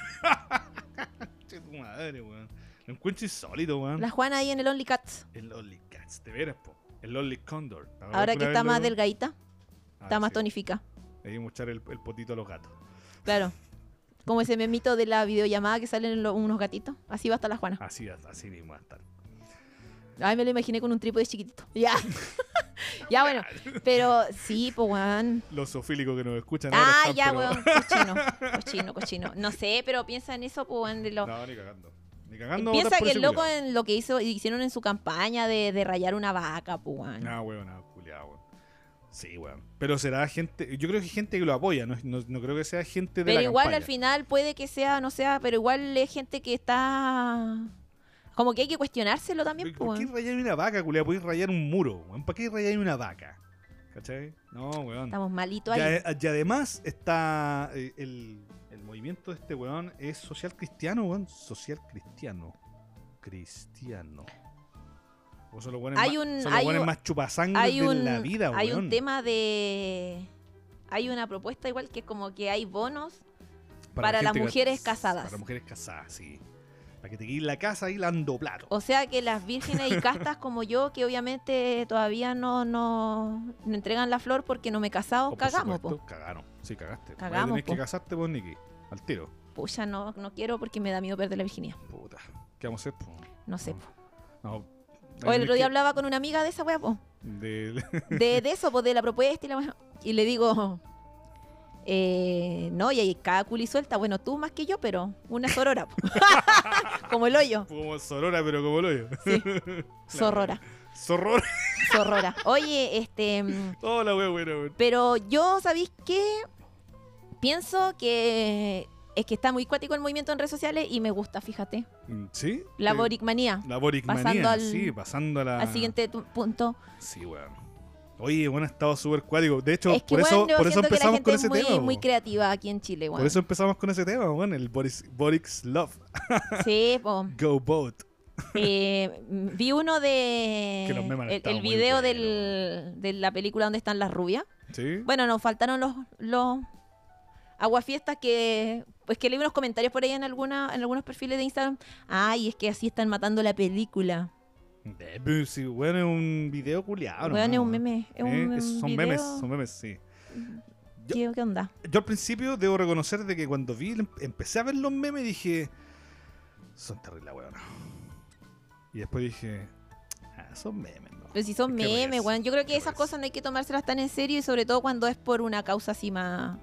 Che, tu madre, weón. Lo encuentro insólito, weón. La Juana ahí en el Only Cats. El Lonely Cats, de veras, po. El Lonely Condor. Ahora que está más delgadita, Ah, está más sí. tonificada. Hay que mostrar el, el potito a los gatos. Claro. Como ese memito de la videollamada que salen lo- unos gatitos. Así va a estar la Juana. Así, así mismo va a estar. Ay, me lo imaginé con un trípode chiquitito. Ya. Ya, bueno. Pero sí, pues, weón. Los zoofílicos que nos escuchan ahora Ah, están, ya, pero- weón. Cochino. Cochino, cochino. No sé, pero piensa en eso, pues, weón. De lo... No, ni cagando. Ni cagando. Piensa votar por que el ese loco culiao. en lo que hizo, hicieron en su campaña de, de rayar una vaca, pues, weón. No, weón, no, culiao, weón. Sí, weón. Pero será gente. Yo creo que hay gente que lo apoya, no, no, no creo que sea gente de Pero la igual campaña. al final puede que sea, no sea, pero igual es gente que está... Como que hay que cuestionárselo también, ¿Por pues, qué weón. rayar una vaca, culiao? Podéis rayar un muro, weón. ¿Para qué rayar una vaca? ¿Cachai? No, weón. Estamos malitos Y, ahí. a- y además está eh, el, el movimiento de este weón es social cristiano, weón. Social cristiano. Cristiano. O son los weones Hay más, un- son los hay weones un- más chupasangre Hay de un, la vida, weón. hay un tema de... Hay una propuesta igual que es como que hay bonos para las gente que- mujeres casadas. Para mujeres casadas, sí. Para que te quede la casa ahí lando plato. O sea que las vírgenes y castas como yo, que obviamente todavía no, no, no entregan la flor porque no me he casado, Oh, por cagamos, po. supuesto, Cagaron. Sí, cagaste. Cagamos, Tenés po. que casarte, pues, Niki. Al tiro. Pucha, no, no quiero porque me da miedo perder la virginidad. Puta. ¿Qué vamos a hacer, po? No sé, po. No. O el Tenés otro día que- hablaba con una amiga de esa weá, po. de- De, de eso, pues de la propuesta y la weá. Y le digo, eh, no, y hay cada culi suelta. Bueno, tú más que yo, pero una sorora, po. Como el hoyo. Como Sorora, pero como el hoyo. Sí. Sorrora. Sorrora. Sorrora. Oye, este. mm, Oh, la wea buena, weón. Pero yo, ¿sabéis qué? Pienso que es que está muy cuático el movimiento en redes sociales y me gusta, fíjate. ¿Sí? La Eh, boricmanía. La boricmanía, Pasando al- sí, pasando a la... Al siguiente tu- punto. Sí, weón. Oye, bueno, ha estado súper cuático. De hecho, Es que, por bueno, eso, yo por eso siento que la empezamos gente con es ese muy, tema. muy po. creativa aquí en Chile, weón. Por eso empezamos con ese tema, weón. El Boris, Boric's Love. Sí, po. Go Boat. Eh, vi uno de. Que los memes han el, estado el muy video buenos. del, de la película donde están las rubias. ¿Sí? Bueno, nos faltaron los, los aguafiestas que. Pues que leí unos comentarios por ahí en, alguna, en algunos perfiles de Instagram. Ay, es que así están matando la película. Eh, pero sí, weón, es un video culiado. Weón, es un meme. Es un son video- memes, son memes, sí. ¿Qué, qué onda? Yo al principio debo reconocer de que cuando vi, empecé a ver los memes dije, son terribles, weón. Y después dije, ah, son memes, ¿no? Pero si son ¿Qué memes, ríes? weón. Yo creo que ¿Qué esas ríes? cosas no hay que tomárselas tan en serio y sobre todo cuando es por una causa así más.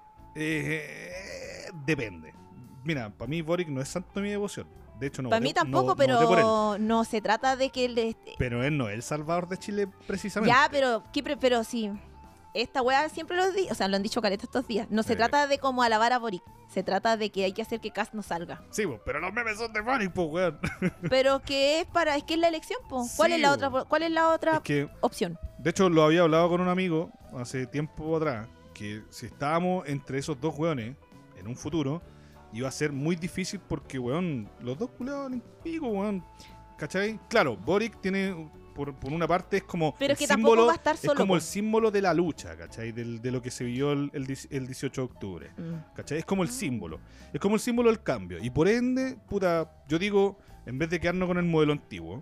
Eh, depende. Mira, para mí Boric no es santo de mi devoción. De hecho, no Para voté- mí tampoco, no- no voté por él. pero no se trata de que él. esté- Pero él no es el salvador de Chile precisamente. Ya, pero, ¿qué pre- pero sí. Esta weá siempre lo di, o sea, lo han dicho caleta estos días. No se Eh. trata de como alabar a Boric. Se trata de que hay que hacer que Cast no salga. Sí, po, pero los memes son de Boric, pues, weón. Pero que es para, es que es la elección, po. ¿Cuál Sí, es la bo. otra, cuál es la otra Es que, opción? de hecho, lo había hablado con un amigo hace tiempo atrás, que si estábamos entre esos dos weones en un futuro, iba a ser muy difícil porque, weón, los dos culeados en pico, weón. ¿Cachai? Claro, Boric tiene, por, por una parte, es como Pero el es que tampoco símbolo, va a estar es solo, como po. el símbolo de la lucha, ¿cachai? Del- de lo que se vivió el, el, dieci- el dieciocho de octubre. Mm. ¿Cachai? Es como el símbolo. Es como el símbolo del cambio. Y por ende, puta, yo digo, en vez de quedarnos con el modelo antiguo,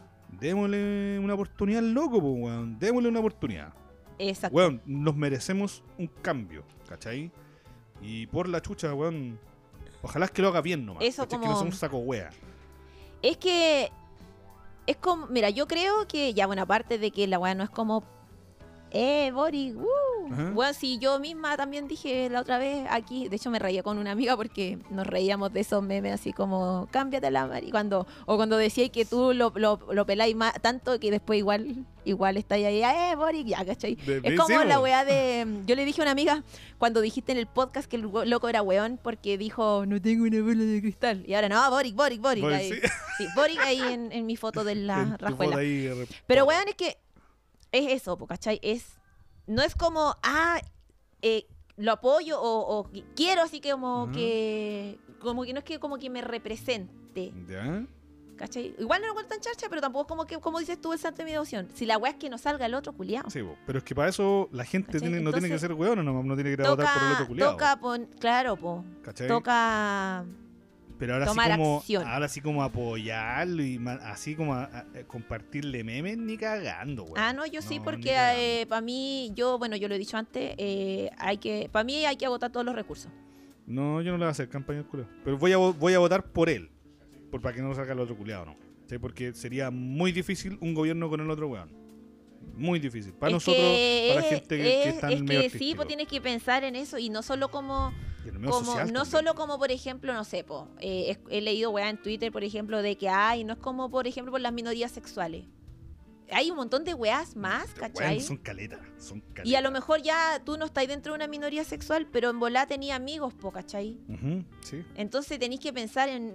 démosle una oportunidad al loco, po, weón. Démosle una oportunidad. Exacto. Weón, nos merecemos un cambio, ¿cachai? Y por la chucha, weón, ojalá es que lo haga bien nomás. Eso ¿cachai? como- Que no sea un saco wea. Es que es como, mira, yo creo que ya, bueno, aparte de que la weá no es como, eh, Boric, uh. Ajá. Bueno, sí, yo misma también dije la otra vez aquí, de hecho me reía con una amiga porque nos reíamos de esos memes así como, cámbiate la mari, cuando, o cuando decíais que tú lo, lo, lo peláis más, tanto que después igual, igual estáis ahí, eh, Boric, ya, ¿cachai? De- Es de- como sí, la po. weá de. Yo le dije a una amiga cuando dijiste en el podcast que el we- loco era weón porque dijo no tengo una bola de cristal. Y ahora no, Boric, Boric, Boric. Boric, ahí. sí. Sí, Boric ahí en, en mi foto de la En tu rajuela. foto ahí, re- Pero weón, es que es eso, po, ¿cachai? Es. No es como, ah, eh, lo apoyo o, o que quiero así que como Ajá. que. Como que no es que como que me represente. ¿Ya? ¿Cachai? Igual no lo encuentro tan charcha, pero tampoco es como que, como dices tú, el santo de mi devoción. Si la weá es que no salga el otro culiado. Sí, po. Pero es que para eso la gente ¿Cachai? tiene, no tiene que Entonces, ser weón, no, no tiene que ir a votar por el otro Toca, culiado. toca pon- claro, po. ¿Cachai? Toca Pero ahora sí tomar como acción. ahora sí como apoyarlo y ma- así como a- a- a compartirle memes ni cagando, weón. Ah, no, yo sí, ni porque cagando. para mí, yo, bueno, yo lo he dicho antes, eh, hay que, para mí hay que agotar todos los recursos. No, yo no le voy a hacer campaña al culiao. Pero voy a, vo- voy a votar por él. Por para que no salga el otro culiado, ¿no? ¿Sí? Porque sería muy difícil un gobierno con el otro weón. Muy difícil. Para Es nosotros, que para la es- gente que, que es- está en es el que medio sí, artístico. pues tienes que pensar en eso y no solo como, Y en el medio como social no también. solo como por ejemplo, no sé, po, eh, he, he leído weá en Twitter, por ejemplo, de que hay, no es como por ejemplo por las minorías sexuales. Hay un montón de weás más, Weón, ¿cachai? son caletas, son caletas. Y a lo mejor ya tú no estás dentro de una minoría sexual, pero en volá tenías amigos, po, ¿cachai? Ujú, sí, Entonces tenéis que pensar en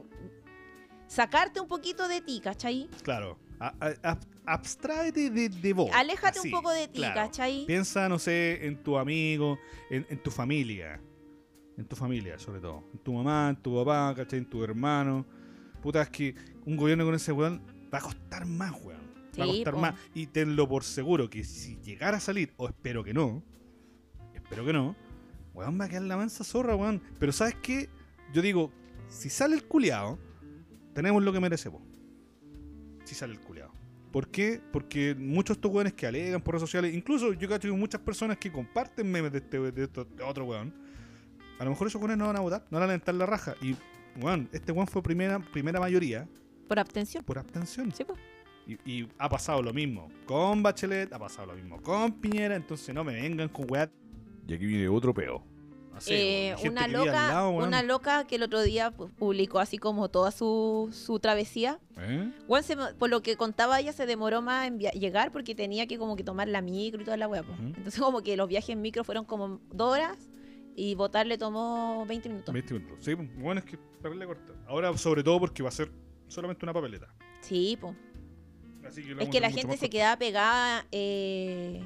sacarte un poquito de ti, ¿cachai? claro. A- a- ab- abstráete de, de vos. Aléjate así, un poco de ti, claro. ¿cachai? Piensa, no sé, en tu amigo, en, en tu familia. En tu familia, sobre todo. En tu mamá, en tu papá, ¿cachai? En tu hermano. Puta, es que un gobierno con ese weón va a costar más, weón. Va a Sí, costar po. más. Y tenlo por seguro que si llegara a salir, o espero que no, espero que no, weón, va a quedar la mansa zorra, weón. Pero ¿sabes qué? Yo digo, si sale el culiao, tenemos lo que merecemos. Si sale el culiado. ¿Por qué? Porque muchos de estos weones que alegan por redes sociales, incluso yo cacho que muchas personas que comparten memes de este de estos- de otro weón, a lo mejor esos weones no van a votar, no van a levantar la raja. Y, weón, este weón fue primera, primera mayoría Por abstención. por abstención. Sí, pues. Y, y ha pasado lo mismo con Bachelet, ha pasado lo mismo con Piñera, entonces no me vengan con weá. Y aquí viene otro peo. No sé, Eh, weón, gente una que vive al loca, lado, weón. una loca que el otro día pu- publicó así como toda su, su travesía. ¿Eh? Juan, se mo- por lo que contaba ella, se demoró más en via- llegar porque tenía que como que tomar la micro y toda la weá. po. Ujú. Entonces como que los viajes en micro fueron como dos horas y votar le tomó veinte minutos. veinte minutos. Sí, bueno, es que papel corta. Ahora, sobre todo porque va a ser solamente una papeleta. Sí, pues. Así que lo Es vamos que a la hacer mucho gente más se corto. quedaba pegada, eh,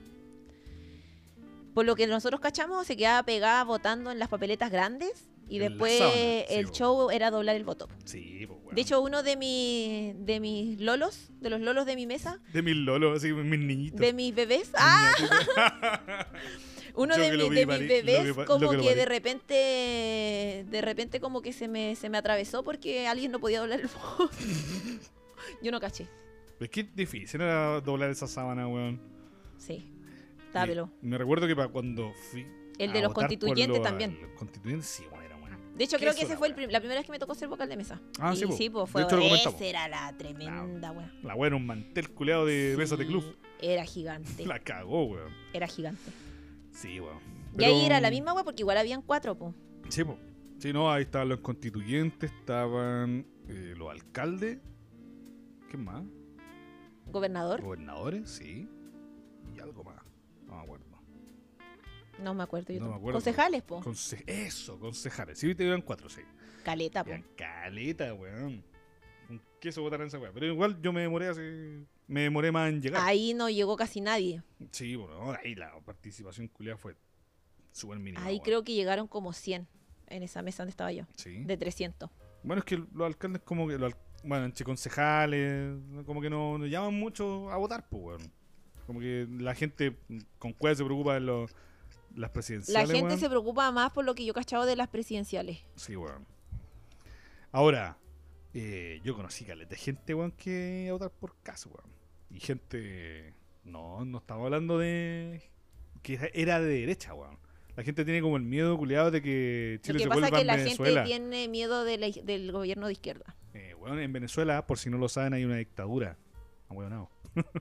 por lo que nosotros cachamos, se quedaba pegada votando en las papeletas grandes y En la después sábana, sí, el po. show era doblar el voto. Sí, pues, weón. De hecho, uno de, mi, de mis lolos, de los lolos de mi mesa, De mis lolos, así, mis niñitos. de mis bebés, ¡ah! Niñatitos. Uno Yo de, que lo mi- vi de pari- mis lo bebés que pa- lo como que lo que de pari. repente, de repente como que se me, se me atravesó porque alguien no podía doblar el voto. Yo no caché, Es que es difícil era doblar esa sábana, weón. sí, estaba Y pelo. Me recuerdo que para cuando fui. El de a los votar por constituyentes lo- también. Los constituyentes, sí, bueno, era bueno. De hecho, ¿Qué creo es que ese una fue el wea? prim- la primera vez que me tocó ser vocal de mesa. Ah, y sí, po. sí, pues De fue hecho, lo comentamos. esa era la tremenda wea. La weá era un mantel culeado de mesas de club. Era gigante, La cagó, weón. era gigante. Sí, weón. Y ahí era la misma wea porque igual habían cuatro, po. Sí, po. Sí, no, ahí estaban los constituyentes, estaban eh, los alcaldes. ¿Qué más? Gobernador, Gobernadores, sí. Y algo más. No me acuerdo. no me acuerdo yo No me tampoco. acuerdo. Concejales, po. Conce- Eso, concejales. Sí, te eran cuatro, sí. Caleta, po. Eran caleta, weón. Un queso votar en esa weá. Pero igual yo me demoré así. Me demoré más en llegar. Ahí no llegó casi nadie. Sí, bueno, ahí la participación culiada fue súper mínima. Ahí weón. creo que llegaron como cien en esa mesa donde estaba yo. Sí. De trescientos. Bueno, es que los alcaldes como que, los al- bueno, entre concejales, como que no, no llaman mucho a votar, pues, weón. Como que la gente con cuál se preocupa de los, las La presidenciales, gente weón. se preocupa más por lo que yo cachado de las presidenciales. Sí, weón. Ahora, eh, yo conocí caleta de gente, weón, que iba a votar por caso, weón. Y gente, no, no estamos hablando de que era- era de derecha, weón. La gente tiene como el miedo culiado de que Lo Chile que se pasa vuelva es que en la Venezuela. gente tiene miedo de la- del gobierno de izquierda. Eh, weón, en Venezuela, por si no lo saben, hay una dictadura. Ah, weón, no.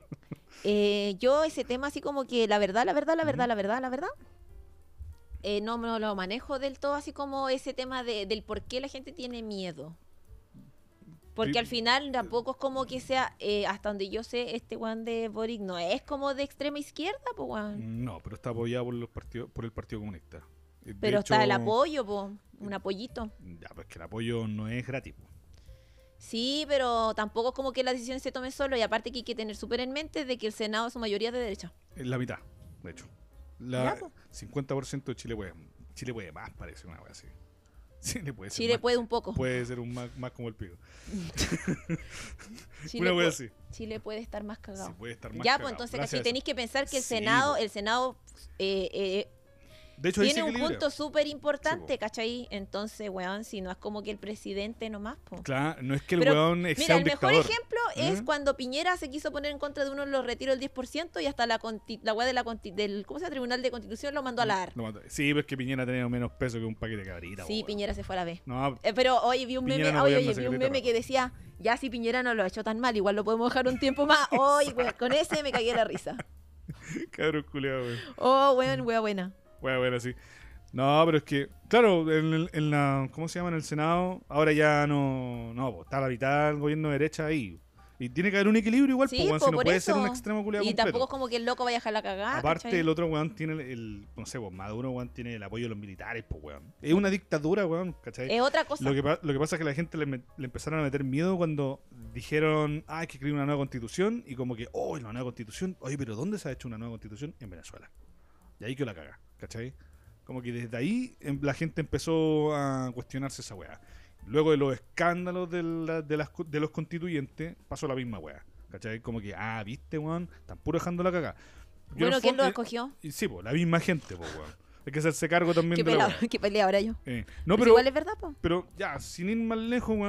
Eh, yo ese tema así como que la verdad, la verdad, la verdad, Ujú. la verdad, la verdad, eh, no me lo manejo del todo así como ese tema de, del por qué la gente tiene miedo. Porque Sí. al final tampoco es como que sea, eh, hasta donde yo sé, este Juan de Boric no es como de extrema izquierda, pues Juan. No, pero está apoyado por los partidos, por el Partido Comunista. De Pero está el hecho, apoyo, pues, un apoyito. Ya, pues que el apoyo no es gratis. po. Sí, pero tampoco es como que la decisión se tome solo y aparte que hay que tener súper en mente de que el Senado su mayoría es de derecha. Es la mitad, de hecho. Ya, La po. cincuenta por ciento de Chile puede. Chile puede más, parece una wea así. Chile puede ser Chile más, puede un poco. puede ser un más, más como el pico. Chile, una wea puede, así. Chile puede estar más cagado. Sí, puede estar más Ya, cagado. pues entonces, Gracias ¿cachai? a eso. Tenéis que pensar que el Sí, Senado, po. el Senado eh, eh, De hecho, ahí tiene se un equilibra. punto súper Sí, importante, po. ¿cachai? Entonces, weón, si no es como que el presidente nomás, po. Claro, no es que el Pero, weón sea Mira, un el mejor dictador. ejemplo es ¿Mm? cuando Piñera se quiso poner en contra de uno de los retiros del diez por ciento y hasta la conti- la weá de la conti- del ¿cómo se llama? Tribunal de Constitución lo mandó a la A R. Lo mató. Sí, pero es que Piñera tenía menos peso que un paquete de cabrita. Sí, po, Piñera se fue a la vez. weón. No, Eh, pero hoy vi un Piñera meme, no oye, gobierna oye, vi un secretario. meme que decía, ya si Piñera no lo ha hecho tan mal, igual lo podemos dejar un tiempo más. Hoy, con ese me cagué la risa. cabrón culiado, weón. Oh, weón, wea buena. Bueno, bueno, sí. No, pero es que, claro, en, el- en la, ¿cómo se llama? En el Senado, ahora ya no, no, po, está la mitad del gobierno de derecha ahí. Y tiene que haber un equilibrio igual, Sí, pues, weón, po, si no por puede ser un eso. extremo culiado Y completo. tampoco es como que el loco vaya a dejar la cagada. Aparte, ¿cachai? el otro weón tiene el, el- no sé, pues, Maduro, weón, tiene el apoyo de los militares, pues, weón. Es una dictadura, weón, ¿cachai? Es otra cosa. Lo que, pa- lo que pasa es que la gente le, me- le empezaron a meter miedo cuando dijeron, ah, hay que escribir una nueva constitución, y como que, oh, la nueva constitución, oye, pero ¿dónde se ha hecho una nueva constitución? En Venezuela. Y ahí que la caga, ¿cachai? Como que desde ahí em, la gente empezó a cuestionarse esa weá. Luego de los escándalos de, la- de, las, co- de los constituyentes, pasó la misma weá, ¿cachai? Como que, ah, viste, weón, están puro dejando la caga. Yo en Bueno, el ¿quién fondo- lo eh, escogió? y sí, pues, la misma gente, pues, weón. Hay que hacerse cargo también ¿Qué de la pelea, weá. qué pelea ahora yo? Eh, no, Pues pero, igual es verdad, po. pero ya, sin ir más lejos, weón,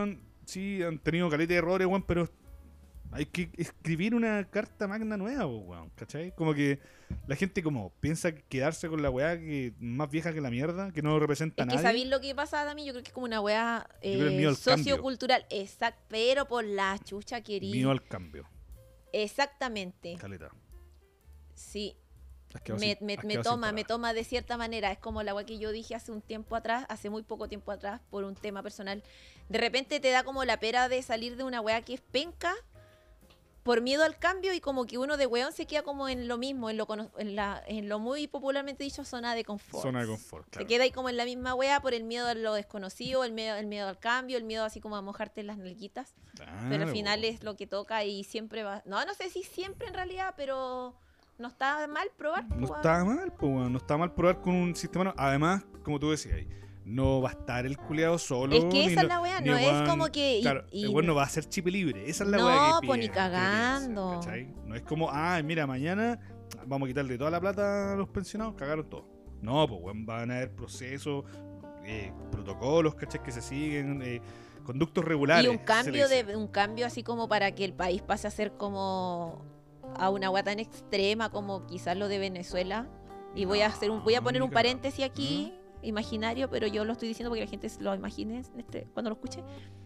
sí, han tenido caleta de errores, weón, pero hay que escribir una carta magna nueva, weón, ¿cachai? Como que la gente como piensa quedarse con la weá que más vieja que la mierda, que no representa Es a que nadie. sabéis lo que pasa también, yo creo que es como una weá Yo creo el eh, miedo al cambio. sociocultural, exacto, pero por la chucha querida. Miedo al cambio, Exactamente, caleta. sí. Has quedado Me, sin- me, has me quedado sin toma, me palabras. toma de cierta manera. Es como la weá que yo dije hace un tiempo atrás, hace muy poco tiempo atrás, por un tema personal. De repente te da como la pera de salir de una weá que es penca por miedo al cambio y como que uno de weón se queda como en lo mismo, en lo, cono- en la, en lo muy popularmente dicho zona de confort. Zona de confort, Se claro. queda ahí como en la misma weá por el miedo a lo desconocido, el miedo, el miedo al cambio, el miedo así como a mojarte las nalguitas. Pero al Claro, final po. es lo que toca y siempre va... No, no sé si siempre en realidad, pero no está mal probar. No pues, está mal, pues, weón. No está mal probar con un sistema nuevo. Además, como tú decías, no va a estar el culeado solo. Es que ni esa lo- es la weá, ni no el es weón- como que... y- Claro, y- el weón no va a ser chip libre. Esa es la No, weá que po, ni pide- que piensa, cagando. ¿cachai? No es como, ah, mira, mañana vamos a quitarle toda la plata a los pensionados, cagaron todo. No, pues, weón, van a haber procesos, eh, protocolos, ¿cachai? Que se siguen, eh, conductos regulares. Y un se le cambio dice. de un cambio así como para que el país pase a ser como a una weá tan extrema como quizás lo de Venezuela. Y voy a hacer un, voy a No, poner ni un cagando. paréntesis aquí, imaginario, pero yo lo estoy diciendo porque la gente lo imagine este, cuando lo escuche.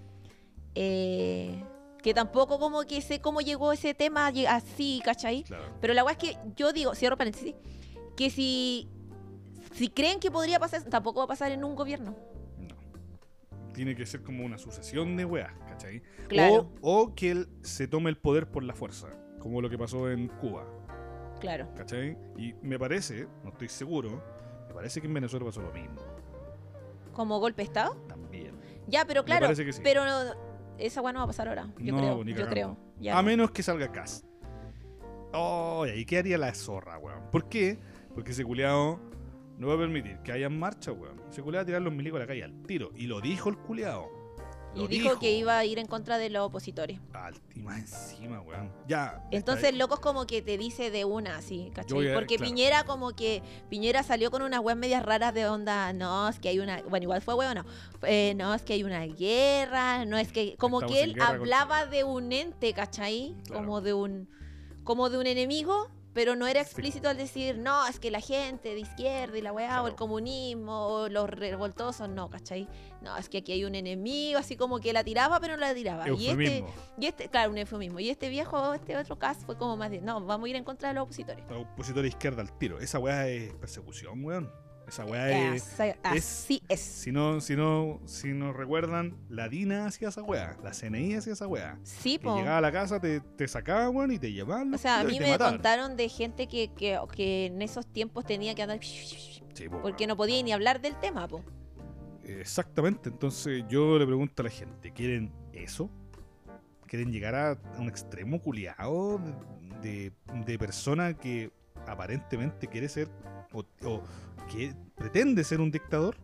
Eh, que tampoco como que sé cómo llegó ese tema lle- así, ¿cachai? Claro. Pero la weá es que yo digo, cierro paréntesis, que si, si creen que podría pasar, tampoco va a pasar en un gobierno. No. Tiene que ser como una sucesión de weas, ¿cachai? Claro. O, o que él se tome el poder por la fuerza, como lo que pasó en Cuba, Claro. ¿cachai? Y me parece, no estoy seguro, me parece que en Venezuela pasó lo mismo, Como golpe de Estado. también. Ya, pero Me claro, parece que sí. pero no- esa weá no va a pasar ahora. Yo No, creo, ni yo cagando. creo. Ya A no. menos que salga Cast. Oh, y ahí quedaría la zorra, weón. ¿Por qué? Porque ese culiao no va a permitir que haya marcha, weón. Ese culiao va a tirar los milicos a la calle al tiro. Y lo dijo el culiao. Y Lo dijo, que iba a ir en contra de los opositores. Al, y más encima, weón. Ya. Entonces, está- locos como que te dice de una, así, Yo ¿cachai? voy a- Porque claro. Piñera como que, Piñera salió con unas weas medias raras de onda, no, es que hay una, bueno, igual fue wea, no, eh, no, es que hay una guerra, no, es que, como Estamos que en él guerra con hablaba de un ente, ¿cachai? Claro. Como de un, como de un enemigo, pero no era explícito al decir, no, es que la gente de izquierda y la weá, o el Claro. comunismo, o los revoltosos, no, ¿cachai? No, es que aquí hay un enemigo, así como que la tiraba, pero no la tiraba. Y este, Eufemismo. y este, claro, un eufemismo. Y este viejo, este otro caso fue como más de, no, vamos a ir en contra de los opositores. La opositora izquierda al tiro. Esa weá es persecución, weón. Esa weá es. Así, así es. Si no, si no, si nos recuerdan, la DINA hacía esa weá. La C N I hacía esa weá. Sí, Que po. llegaba a la casa, te, te sacaban, weón, y te llevaban. O los sea, a culiaos y mí te me mataban. contaron de gente que, que, que en esos tiempos tenía que andar Sí, po, porque weón. no podía ni hablar del tema, po. Exactamente. Entonces yo le pregunto a la gente, ¿quieren eso? ¿Quieren llegar a un extremo culiado de, de persona que aparentemente quiere ser o, o que pretende ser un dictador?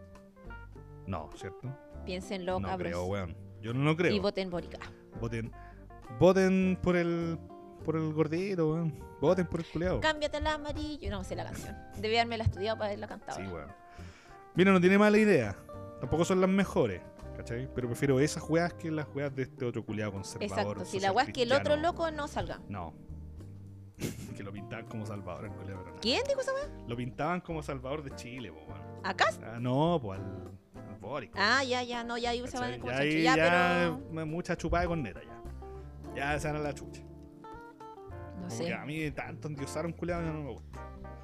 No, ¿cierto? Piénsenlo, No cabros. creo, weón. Yo no lo creo. Y voten Borica. Voten, voten por el por el gordito, weón. Voten por el culiado. Cámbiate el amarillo. No sé la canción. Debí haberme la estudiado para haberla cantado. Sí, weón. Mira, no tiene mala idea. Tampoco son las mejores, ¿cachai? Pero prefiero esas weas que las weas de este otro culiado conservador. Exacto. Si la social weá es que el otro cristiano. loco no salga. No. Que lo pintaban como Salvador el culiao, pero no. ¿Quién dijo esa weá? Lo pintaban como Salvador de Chile, po, weón. ¿Acá? Ah, no, pues al, al Boric. Ah, ya, ya, no, ya iba se ¿cachai? van como Ya, chancho. ahí Ya, ya pero. mucha chupada con neta ya. Ya esa era la chucha. No Como que sé. a mí tanto endiosar a un culiado ya no me gusta.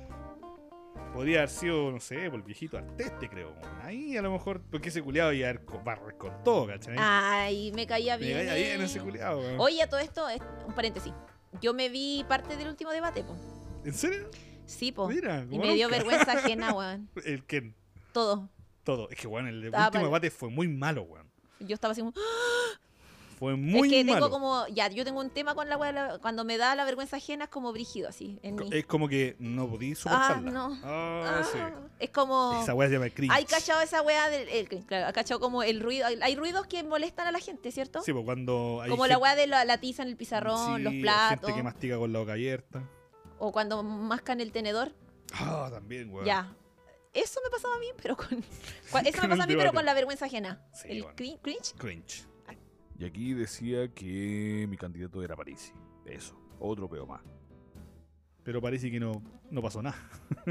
Podría haber sido, no sé, por el viejito Arteste, creo. Ahí a lo mejor, porque ese culiado iba a haber co- barrer con todo, ¿cachai? Ay, me caía Me bien. caía bien ese culiado, weón. Oye, a todo esto, es- un paréntesis. Yo me vi parte del último debate, po. ¿En serio? Sí, po. Mira, Y como me dio nunca. vergüenza ajena, weón. El que Todo. todo. Es que, weón, el Estaba último pal- debate fue muy malo, weón. Yo estaba así como. Fue muy es que malo. tengo como. Ya, yo tengo un tema con la weá. la- Cuando me da la vergüenza ajena es como brígido, así. En mí. Es como que no podí Ah, soportarla. no. Ah, Ah, sí. Es como. Esa weá se llama cringe. Hay cachado esa weá del. El, claro, ha cachado como el ruido. Hay, hay ruidos que molestan a la gente, ¿cierto? Sí, pues cuando hay como la gente- weá de la, la tiza en el pizarrón, sí, los hay platos. gente que mastiga con la boca abierta. O cuando mascan el tenedor. Ah, también, weón. Ya. Eso me pasaba a mí, pero con. cua- Eso Con me pasa a el mí, pero debate. con la vergüenza ajena. Sí, el bueno. crin- cringe. Cringe. Y aquí decía que mi candidato era Parisi. Eso, otro peo más. Pero parece que no, no pasó nada.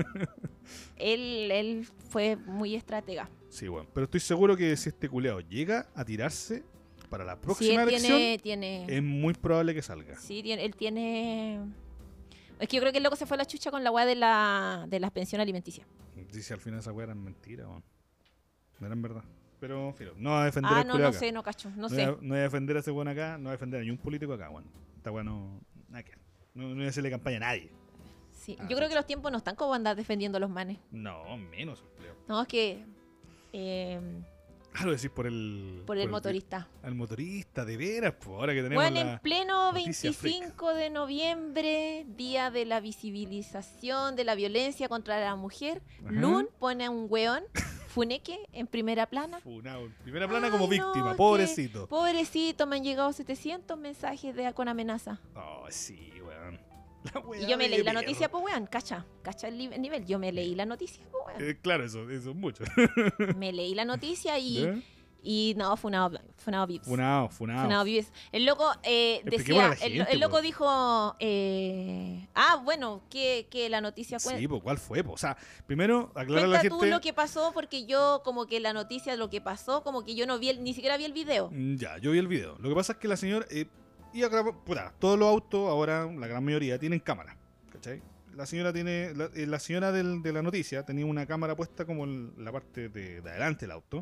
Él, él fue muy estratega. Sí, bueno. Pero estoy seguro que si este culeado llega a tirarse para la Sí, próxima él elección, tiene, tiene, es muy probable que salga. sí, tiene, él tiene... Es que yo creo que el loco se fue a la chucha con la weá de la, de las pensiones alimenticias. Dice al final esa weá eran mentiras, weón. No eran verdad. Pero, filo, no va a defender Ah, al no, culiao no acá. sé, no cacho, no No sé. voy, a, no voy a defender a ese weón acá, no voy a defender a ningún político acá, weón. Esta weá no. Nada que ver. No, no voy a hacerle campaña a nadie. Sí, Ah, yo creo chucha. que los tiempos no están como andar defendiendo a los manes. No, menos, culiao. No, es que... eh, Ah, lo decís por el. por el motorista. Al motorista, de veras, pues ahora que tenemos Bueno, la. en pleno noticia veinticinco de noviembre, día de la visibilización de la violencia contra la mujer, Ajá. Lun pone a un weón, Funeque, en primera plana. Funado, en primera plana Ay, como no, víctima, es pobrecito. que, pobrecito, me han llegado setecientos mensajes de, con amenaza. Oh, sí, weón. La weá Y yo me de leí la perro. noticia, pues weón, cacha, cacha el li- el nivel. Yo me leí la noticia, pues weón. Eh, claro, eso, eso es mucho. Me leí la noticia y, ¿Ya? y no, funado, funado Vips. Funado, funado. Funado Vives. El loco eh, Expliquémosle a decía, la el, gente, el loco po. dijo, eh, ah, bueno, que, que la noticia cuenta. Sí, pues, ¿cuál fue? po? O sea, primero, aclarar a Cuenta la tú gente. lo que pasó, porque yo, como que la noticia, lo que pasó, como que yo no vi, el, ni siquiera vi el video. Mm, Ya, yo vi el video. Lo que pasa es que la señora. Eh, y acá, puta, todos los autos, ahora, la gran mayoría, tienen cámara. ¿Cachai? La señora tiene. La, eh, la señora del- de la noticia tenía una cámara puesta como en la parte de, de adelante del auto.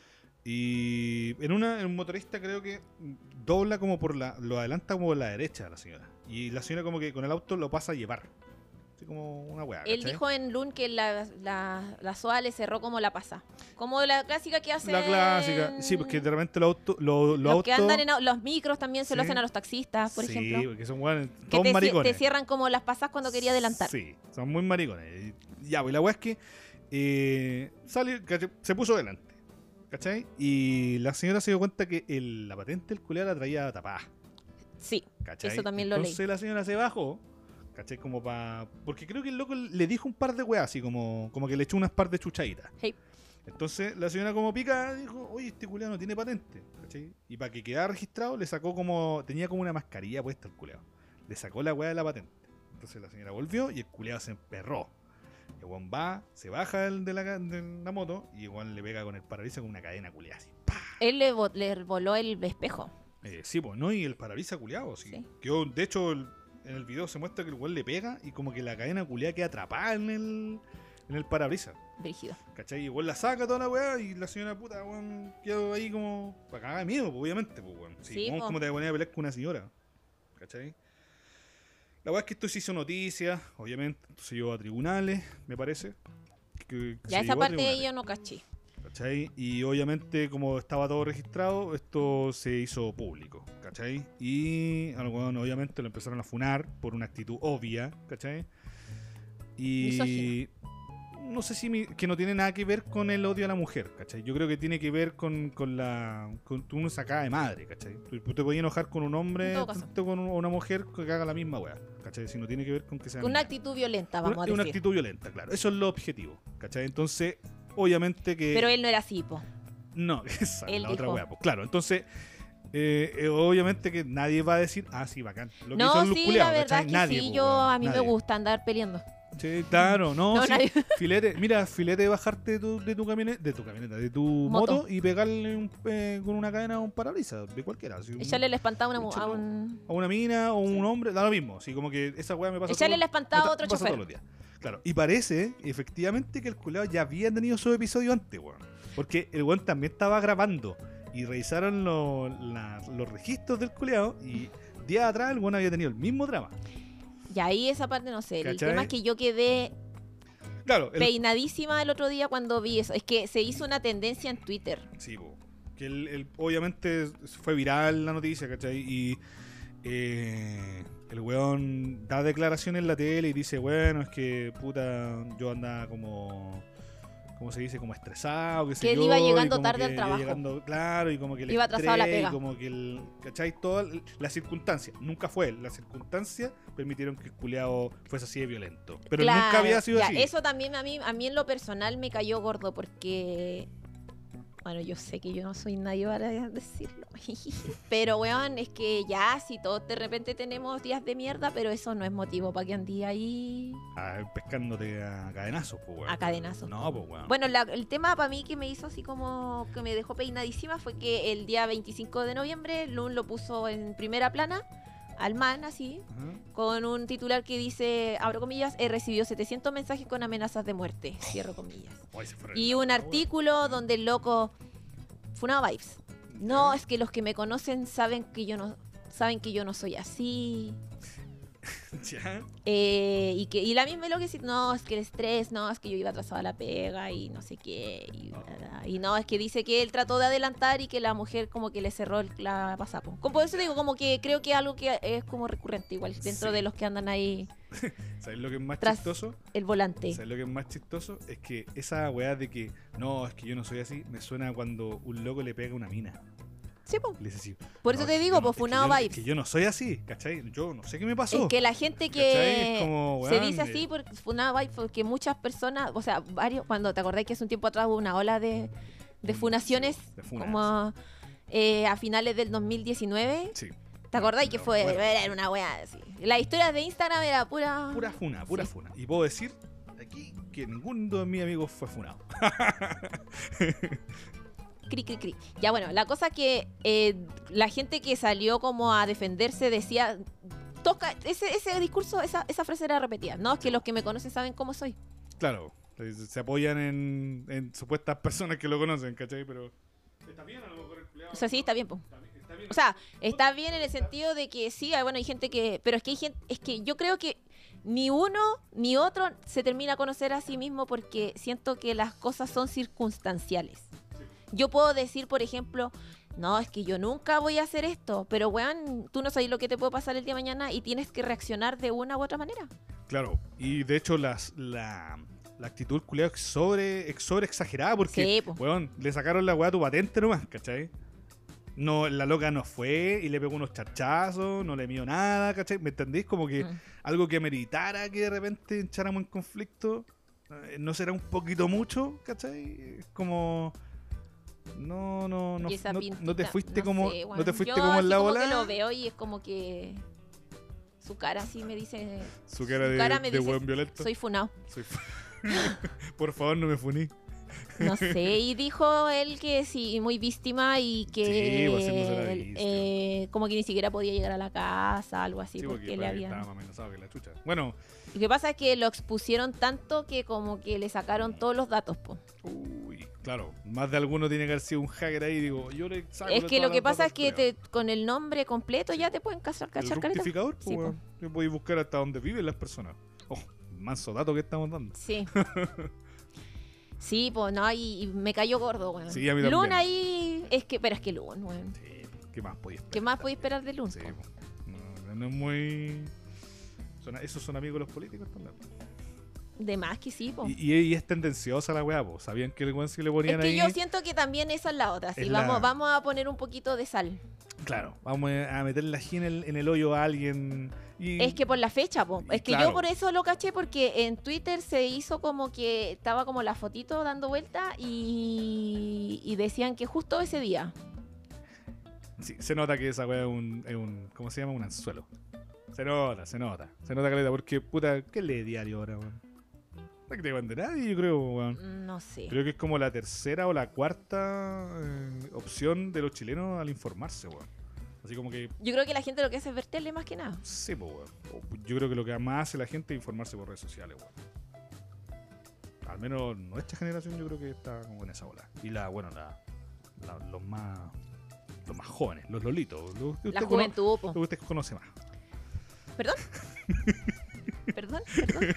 Y en una, en un motorista creo que dobla como por la. Lo adelanta como por la derecha a la señora. Y la señora como que con el auto lo pasa a llevar. Así como una weá. Él ¿cachai? dijo en Lun que la, la, la S O A le cerró como la pasa. Como la clásica que hacen... La clásica. Sí, porque de repente los autos. Los, los Los autos que andan en au- los micros también se lo Sí. hacen a los taxistas, por sí, ejemplo. porque son weones, Que todos te, ci- maricones. te cierran como las pasas cuando quería adelantar. Sí, son muy maricones. Y ya, pues la weá es que eh, salió, ¿cachai? Se puso delante. ¿Cachai? Y la señora se dio cuenta que el- la patente del culiao la traía tapada. Sí, ¿Cachai? Eso también lo leí. Entonces la señora se bajó. ¿Cachai? Como para. Porque creo que el loco le dijo un par de weas, así como, como que le echó unas par de chuchaditas. hey, Entonces la señora como pica dijo, oye, este culeado no tiene patente, ¿cachai? Y para que quedara registrado le sacó como, tenía como una mascarilla puesta el culeado. Le sacó la weá de la patente. Entonces la señora volvió y el culeado se emperró. El weón va, se baja el de, la, ca- de la moto y el weón le pega con el parabrisas con una cadena culeada así. ¡Pah! él le, vo- le voló el espejo. Eh, sí, pues no, y el parabrisas culeado, sí. Sí. Quedó- de hecho, el- en el video se muestra que el weón le pega y como que la cadena culeada queda atrapada en el, en el parabrisas. Brígido. ¿Cachai? Y igual la saca toda la weá y la señora puta, weón, quedó ahí como para cagar de miedo, pues, obviamente, pues, weón. Sí, Sí, ¿cómo, po. cómo te vas a poner a pelear con una señora? ¿Cachai? La weá es que esto se hizo noticia, obviamente, se llevó a tribunales, me parece. que- que Ya se esa llevó a parte tribunales, yo no caché. ¿cachai? Y obviamente, como estaba todo registrado, esto se hizo público, ¿cachai? Y al weón, obviamente, lo empezaron a funar por una actitud obvia, ¿cachai? Y Misógina. no sé si mi- que no tiene nada que ver con el odio a la mujer, ¿cachai? Yo creo que tiene que ver con, con la con tú uno sacada de madre, ¿cachai? Tú, tú te puedes enojar con un hombre En todo caso. tanto con un- una mujer que haga la misma weá, ¿cachai? Si no tiene que ver con que sea Una niña. actitud violenta, Una- vamos a una decir. actitud violenta, claro. Eso es lo objetivo, ¿cachai? Entonces, obviamente que Pero él no era así, po. no, esa es Él la otra dijo. weá, pues claro. Entonces, eh, eh, obviamente que nadie va a decir, ah, sí, bacán. Lo que No, hizo el sí, culiao, la verdad ¿cachai? es que Nadie, sí, pues, yo weón, a mí nadie. me gusta andar peleando. Sí, claro, no, No, sí. nadie- Filete, mira, filete de bajarte de tu, de tu camioneta, de tu camioneta, de tu moto, Moto. y pegarle un, eh, con una cadena a un parabrisas, de cualquiera. así, un- Echarle la espantada a, una mu- a Échalo. un... a una mina o un hombre, da lo mismo. Así como que esa weá me pasa Echarle todo- la espantada me a ta- otro me pasa chofer. todos los días. Claro, y parece efectivamente que el culeado ya había tenido su episodio antes, weón. Porque el weón también estaba grabando y revisaron lo- la- los registros del culeado y días atrás el weón había tenido el mismo drama. Y ahí esa parte no sé. El ¿Cachai? tema es que yo quedé Claro, el, peinadísima el otro día cuando vi eso. Es que se hizo una tendencia en Twitter. sí, po. Que el, el- obviamente fue viral la noticia, ¿cachai? Y eh, el weón da declaraciones en la tele y dice, bueno, es que puta, yo andaba como, ¿cómo se dice? Como estresado, que sé Que él yo, iba y llegando como tarde que al iba trabajo. llegando- claro, y como que el Iba atrasado a la estrés, y pega. como que el, ¿cachai? Todas las circunstancias, nunca fue él, las circunstancias permitieron que el culeado fuese así de violento. Pero Claro, nunca había sido ya, así. Eso también a mí, a mí en lo personal me cayó gordo porque... Bueno, yo sé que yo no soy nadie para decirlo. Pero, weón, es que ya, si todos de repente tenemos días de mierda, pero eso no es motivo para que andí ahí Ah, pescándote a cadenazos, pues, weón. a cadenazos. No, pues, weón. Bueno, la- el tema para mí que me hizo así como que me dejó peinadísima fue que el día veinticinco de noviembre Lun lo puso en primera plana, al man así, Ajá. con un titular que dice, abro comillas, he recibido setecientos mensajes con amenazas de muerte, cierro comillas. Ay, se fueron Y la un puta, artículo donde el loco, Funado Vibes. No, Ya. es que los que me conocen saben que yo no, saben que yo no soy así. weón. Ya. Eh, y que y la misma lo que dice, no, es que el estrés, no, es que yo iba atrasada a la pega y no sé qué. Y, bla, bla. Y no, es que dice que él trató de adelantar y que la mujer como que le cerró el- la pasapo. Como por eso digo, como que creo que es algo que es como recurrente igual dentro Sí. de los que andan ahí ¿Sabes lo que es más Tras- chistoso? el volante. ¿Sabes lo que es más chistoso? Es que esa weá de que no, es que yo no soy así, me suena cuando un loco le pega a una mina. Sí, po. Le dice así. Por eso "No, te es que digo, yo no- pues es que Funado yo no- es Vibes. que yo no soy así, ¿cachai? Yo no sé qué me pasó. Es que la gente ¿Cachai? que Es como, se weón, dice así eh, porque Funado Vibes, porque muchas personas, o sea, varios, cuando te acordáis que hace un tiempo atrás hubo una ola de, de un- funaciones, sí, de funas. como eh, a finales del dos mil diecinueve. Sí. ¿Te acordáis que Lo fue? recuerdo. Era una weá así. Las historias de Instagram era pura. Pura funa, pura Sí. funa. Y puedo decir aquí que ninguno de mis amigos fue funado. Cri, cri, cri. Ya bueno, la cosa que eh, la gente que salió como a defenderse decía. Toca, ese, ese discurso, esa, esa frase era repetida. No, es que los que me conocen saben cómo soy. Claro, se se apoyan en, en supuestas personas que lo conocen, ¿cachai? Pero. Está bien, a lo mejor el culiao- O sea, sí, está bien, po. Está bien, está bien. O sea, está bien en el sentido de que sí, hay, bueno, hay gente que. Pero es que hay gente. Es que yo creo que ni uno ni otro se termina a conocer a sí mismo porque siento que las cosas son circunstanciales. Yo puedo decir, por ejemplo, no, es que yo nunca voy a hacer esto, pero weón, tú no sabes lo que te puede pasar el día de mañana y tienes que reaccionar de una u otra manera. Claro, y de hecho las, la, la actitud culiao es sobre, es sobre exagerada porque, Sí, po. weón, le sacaron la weá a tu patente nomás, ¿cachai? No, la loca no fue y le pegó unos charchazos, no le midió nada, ¿cachai? ¿Me entendéis? Como que Mm. algo que ameritara que de repente entráramos en conflicto, eh, ¿no será un poquito mucho, ¿cachai? Es como... No, no, no, Y esa no, pintita, no te fuiste no como, sé, no weón. te fuiste Yo como en así la como bola. que lo veo y es como que su cara así me dice, Su cara su de, cara me de dice, weón violento. soy funado. Soy fu- Por favor, no me funí. No sé, y dijo él que sí, muy víctima y que Sí, pues, haciéndose la él, víctima. eh, como que ni siquiera podía llegar a la casa, algo así, Sí, porque, porque le estaba habían... más amenazado que la chucha. Bueno, Lo que pasa es que lo expusieron tanto que como que le sacaron todos los datos, po. uy, claro, más de alguno tiene que haber sido un hacker ahí. Digo, yo le saco Es de que todas lo que las pasa es datos, que culiao. te, con el nombre completo ya te pueden cachar, El cachar careta. fructificador, pues, Sí, po. weón. Yo podéis buscar hasta dónde viven las personas. Oh, manso dato que estamos dando. Sí. Sí, pues no, y, y me cayó gordo, weón. Sí, a mí también. Lun ahí, es que, pero es que Lun, weón. Sí, ¿qué más podéis esperar? ¿Qué más podéis esperar de Lun? Sí, po? po. no, no es muy. Son- esos son amigos de los políticos también. De más que sí, po. Y, y, y es tendenciosa la weá, po. Sabían que el weón si le Es ponían que ahí. yo siento que también esa es la otra. Sí, Es vamos, la- vamos a poner un poquito de sal. Claro, vamos a meterle aquí en el, en el hoyo a alguien. Y, Es que por la fecha, po. Y Es que claro. yo por eso lo caché, porque en Twitter se hizo como que estaba como la fotito dando vuelta y, y decían que justo ese día. Sí, se nota que esa weá es un, es un. ¿Cómo se llama? Un anzuelo. Se nota, se nota. Se nota caleta, porque puta, ¿qué lee diario ahora, weón? No es que te mande nadie, yo creo, weón. No sé. Creo que es como la tercera o la cuarta eh, opción de los chilenos al informarse, weón. Así como que, Yo creo que la gente lo que hace es ver tele más que nada. sí, pues, weón. O- Yo creo que lo que más hace la gente es informarse por redes sociales, weón. Al menos nuestra generación yo creo que está como en esa ola. Y la, bueno, la, la- los más los más jóvenes, los lolitos. Los que La usted cono- juventud, po. los que usted conoce más. ¿Perdón? ¿Perdón? ¿Perdón?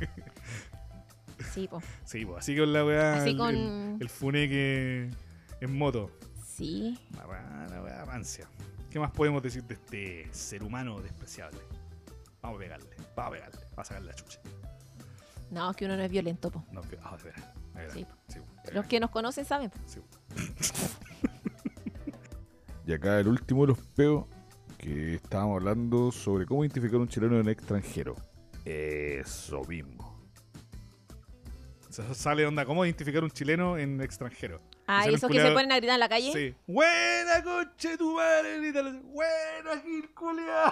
Sí, po. Sí, pues, así con la weá. Así el- con- El, el funeque en moto. Sí. La weá, la weá rancia. ¿Qué más podemos decir de este ser humano despreciable? Vamos a pegarle, vamos a pegarle, vamos a sacarle la chucha. No, es que uno no es violento, po. No, ah, de veras, de veras. Sí. Sí, de Los veras. que nos conocen saben, po. Sí. Y acá el último de los peos, que estábamos hablando sobre cómo identificar un chileno en el extranjero. Eso mismo. Sí, Se sale onda, ¿cómo identificar un chileno en extranjero? Ah, salen ¿y esos que se culiados- ponen a gritar en la calle? Sí. Buena coche tu madre, grita el- buena Gil culiao.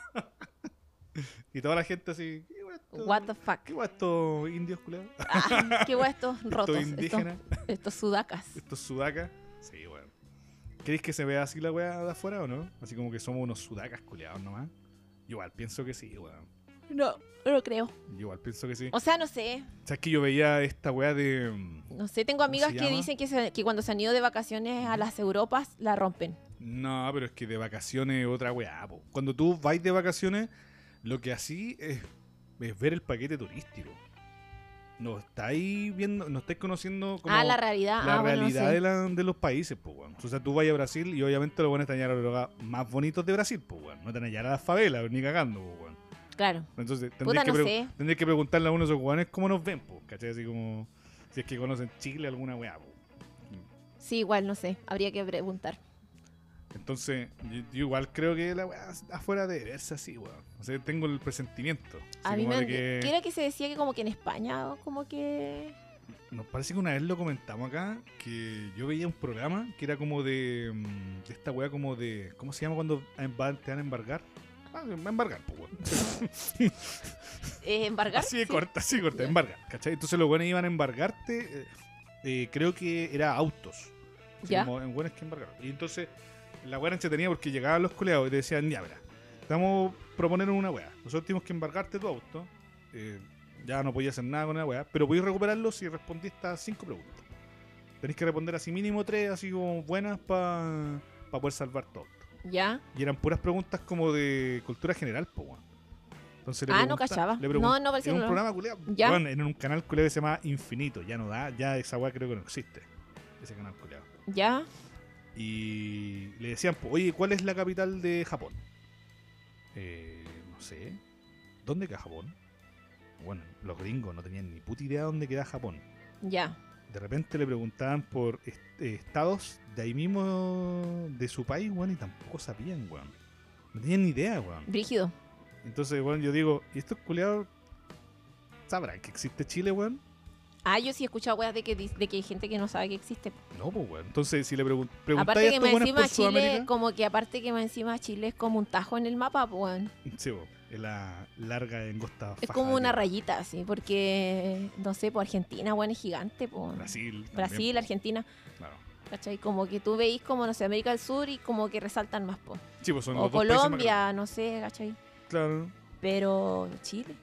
Y toda la gente así, ¿qué guay esto? What the fuck. ¿Qué guay estos indios culiados? Ah, qué guay estos rotos. Estos indígenas, Estos, estos sudacas. estos sudacas. Sí, weón. ¿Queréis que se vea así la weá de afuera o no? Así como que somos unos sudacas culiados nomás. Yo igual pienso que sí, weón. No, no lo creo. Yo igual pienso que sí. O sea, no sé. ¿Sabes que yo veía esta weá de... mm, No sé, tengo amigas se que llama? dicen que, se- que cuando se han ido de vacaciones a las Europas la rompen. No, pero es que de vacaciones es otra weá, po. Cuando tú vais de vacaciones, lo que así es, es ver el paquete turístico. No estáis viendo, no estáis conociendo como ah, la realidad. la ah, bueno, realidad sí. de, la- de los países, pues, weón. O sea, tú vas a Brasil y obviamente lo van a extrañar a los lugares más bonitos de Brasil, pues, weón. No te van a hallar a las favelas, ni cagando, pues, weón. Claro. Entonces, Puta, tendréis que, no pre- sé. tendréis que preguntarle a uno de esos weones cómo nos ven, pues, ¿cachai? Así como, si es que conocen Chile, alguna weá, pues. Sí, igual, no sé. Habría que preguntar. Entonces, yo, yo igual creo que la weá afuera debe verse así, weón. O sea, tengo el presentimiento. A Así mí como me... de que... ¿Qué era que se decía que como que en España o como que... Nos parece que una vez lo comentamos acá, que yo veía un programa que era como de, mm, de esta weá como de... ¿Cómo se llama cuando emba- te van a embargar? Ah, embargar, pues, weón. eh, embargar? Así de Sí. corta, así de corta, Ya. embargar, ¿cachai? Entonces los buenos iban a embargarte, eh, eh, creo que era autos. Así Ya. como en buenas que embargar. Y entonces la weá era entretenida porque llegaban los coleados y te decían, ya, verá, estamos proponiendo una weá. Nosotros tenemos que embargarte tu auto. eh, ya no podías hacer nada con la weá, pero podías recuperarlo si respondí estas cinco preguntas. Tenés que responder así mínimo tres, así como buenas para poder salvar tu auto. ¿Ya? Y eran puras preguntas como de cultura general, po, weón. Entonces le Ah, no pregunta- cachaba. le pregun- No, no parecía en un no. programa culeado. Ya. Weón, en un canal culeado que se llama Infinito. Ya no da, ya esa weá creo que no existe. Ese canal culeado. ¿Ya? Y le decían, po, oye, ¿cuál es la capital de Japón? Eh, no sé. ¿Dónde queda Japón? Bueno, los gringos no tenían ni puta idea de dónde queda Japón. Ya. De repente le preguntaban por est- eh, estados de ahí mismo de su país, weón, y tampoco sabían, weón. No tenían ni idea, weón. Brígido. Entonces, weón, yo digo, ¿y estos culiados sabrán que existe Chile, weón? Ah, yo sí he escuchado weas de que, dis- de que hay gente que no sabe que existe. No, pues, weón. Entonces, si le pregun preguntáis Aparte a que estos más weones encima por Chile, Sudamérica... como que aparte que más encima Chile es como un tajo en el mapa, pues, weón. Sí, weón, es la larga engosta Es faja como de una tierra. rayita, así, porque, no sé, pues Argentina, weón, es gigante, pues. Brasil. también, Brasil, po. Argentina, Claro. ¿cachai? Como que tú veis como, no sé, América del Sur y como que resaltan más, pues. Sí, pues son O los dos países más Colombia, no sé, ¿cachai? grandes. Claro. Pero Chile,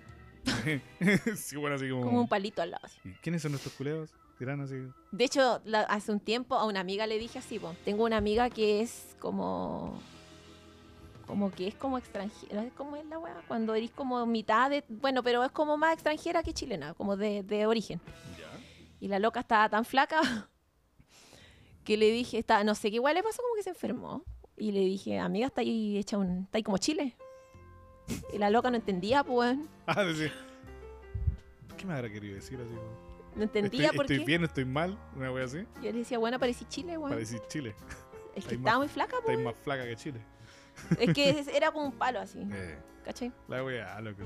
Sí, bueno, así como... como un palito al lado, así. ¿Y quiénes son nuestros culeados? Dirán así... De hecho, la- hace un tiempo a una amiga le dije así, po. Tengo una amiga que es como... Como que es como extranjera. ¿Cómo es la weá? Cuando eres como mitad de... Bueno, pero es como más extranjera que chilena, como de, de origen. Ya. Y la loca estaba tan flaca que le dije, está, no sé qué igual le pasó, como que se enfermó. Y le dije, amiga, está ahí hecha un... Está ahí como Chile. Y la loca no entendía, pues. Ah, decir... ¿Qué me habrá querido decir así? como, No entendía Estoy, por estoy qué. bien, estoy mal, una wea así. Yo le decía, bueno, parecí Chile, weón. Para decir Chile. Es que hay estaba más- muy flaca, Estáis pues. más flaca que Chile. Es que es- era como un palo así, Eh, ¿cachai? la wea, loco.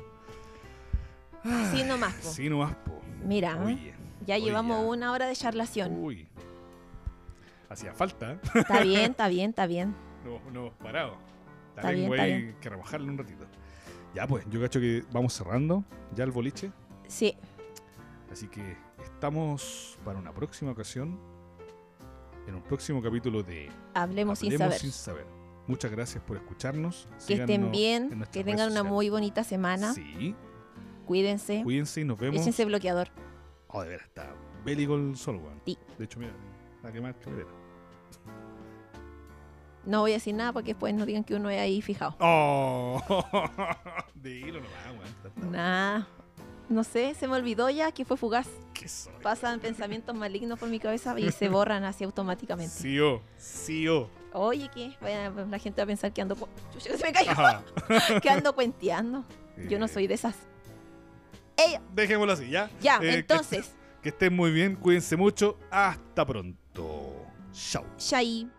Así nomás, po. Sí, nomás, po. Mira, Oye, ya oye, llevamos ya. una hora de charlación. Uy. Hacía falta, ¿eh? Está bien, está bien, está bien. No, no hemos parado. La Está bien, lengua está hay bien. que remojarle un ratito. Ya, pues, yo cacho que vamos cerrando ya el boliche. Sí, Así que estamos para una próxima ocasión. En un próximo capítulo de hablemos sin Hablemos saber. sin saber. Muchas gracias por escucharnos. Que estén Síganos en bien, nuestras que redes tengan una sociales. muy bonita semana. Sí, Cuídense. cuídense y nos vemos. Échense bloqueador. Oh, de veras, está bélico el sol, weón. Sí. De hecho, mira, va a quemar el cabrero. No voy a decir nada porque después no digan que uno es ahí fijado. ¡Oh! Dilo nomás, weón. Tanta- Nada. No sé, se me olvidó ya que fue fugaz. ¿Qué soy? Pasan pensamientos malignos por mi cabeza y se borran así automáticamente. Sí, oh. Sí, oh. Oye, ¿qué? Vaya, la gente va a pensar que ando... cu- Chucha, se me cayó. Ajá. Que ando cuenteando. Yo no Eh, soy de esas. ¡Ey! Dejémoslo así, ¿ya? Ya, Eh, que- entonces. Que estén muy bien, cuídense mucho. Hasta pronto. Chao. Shai.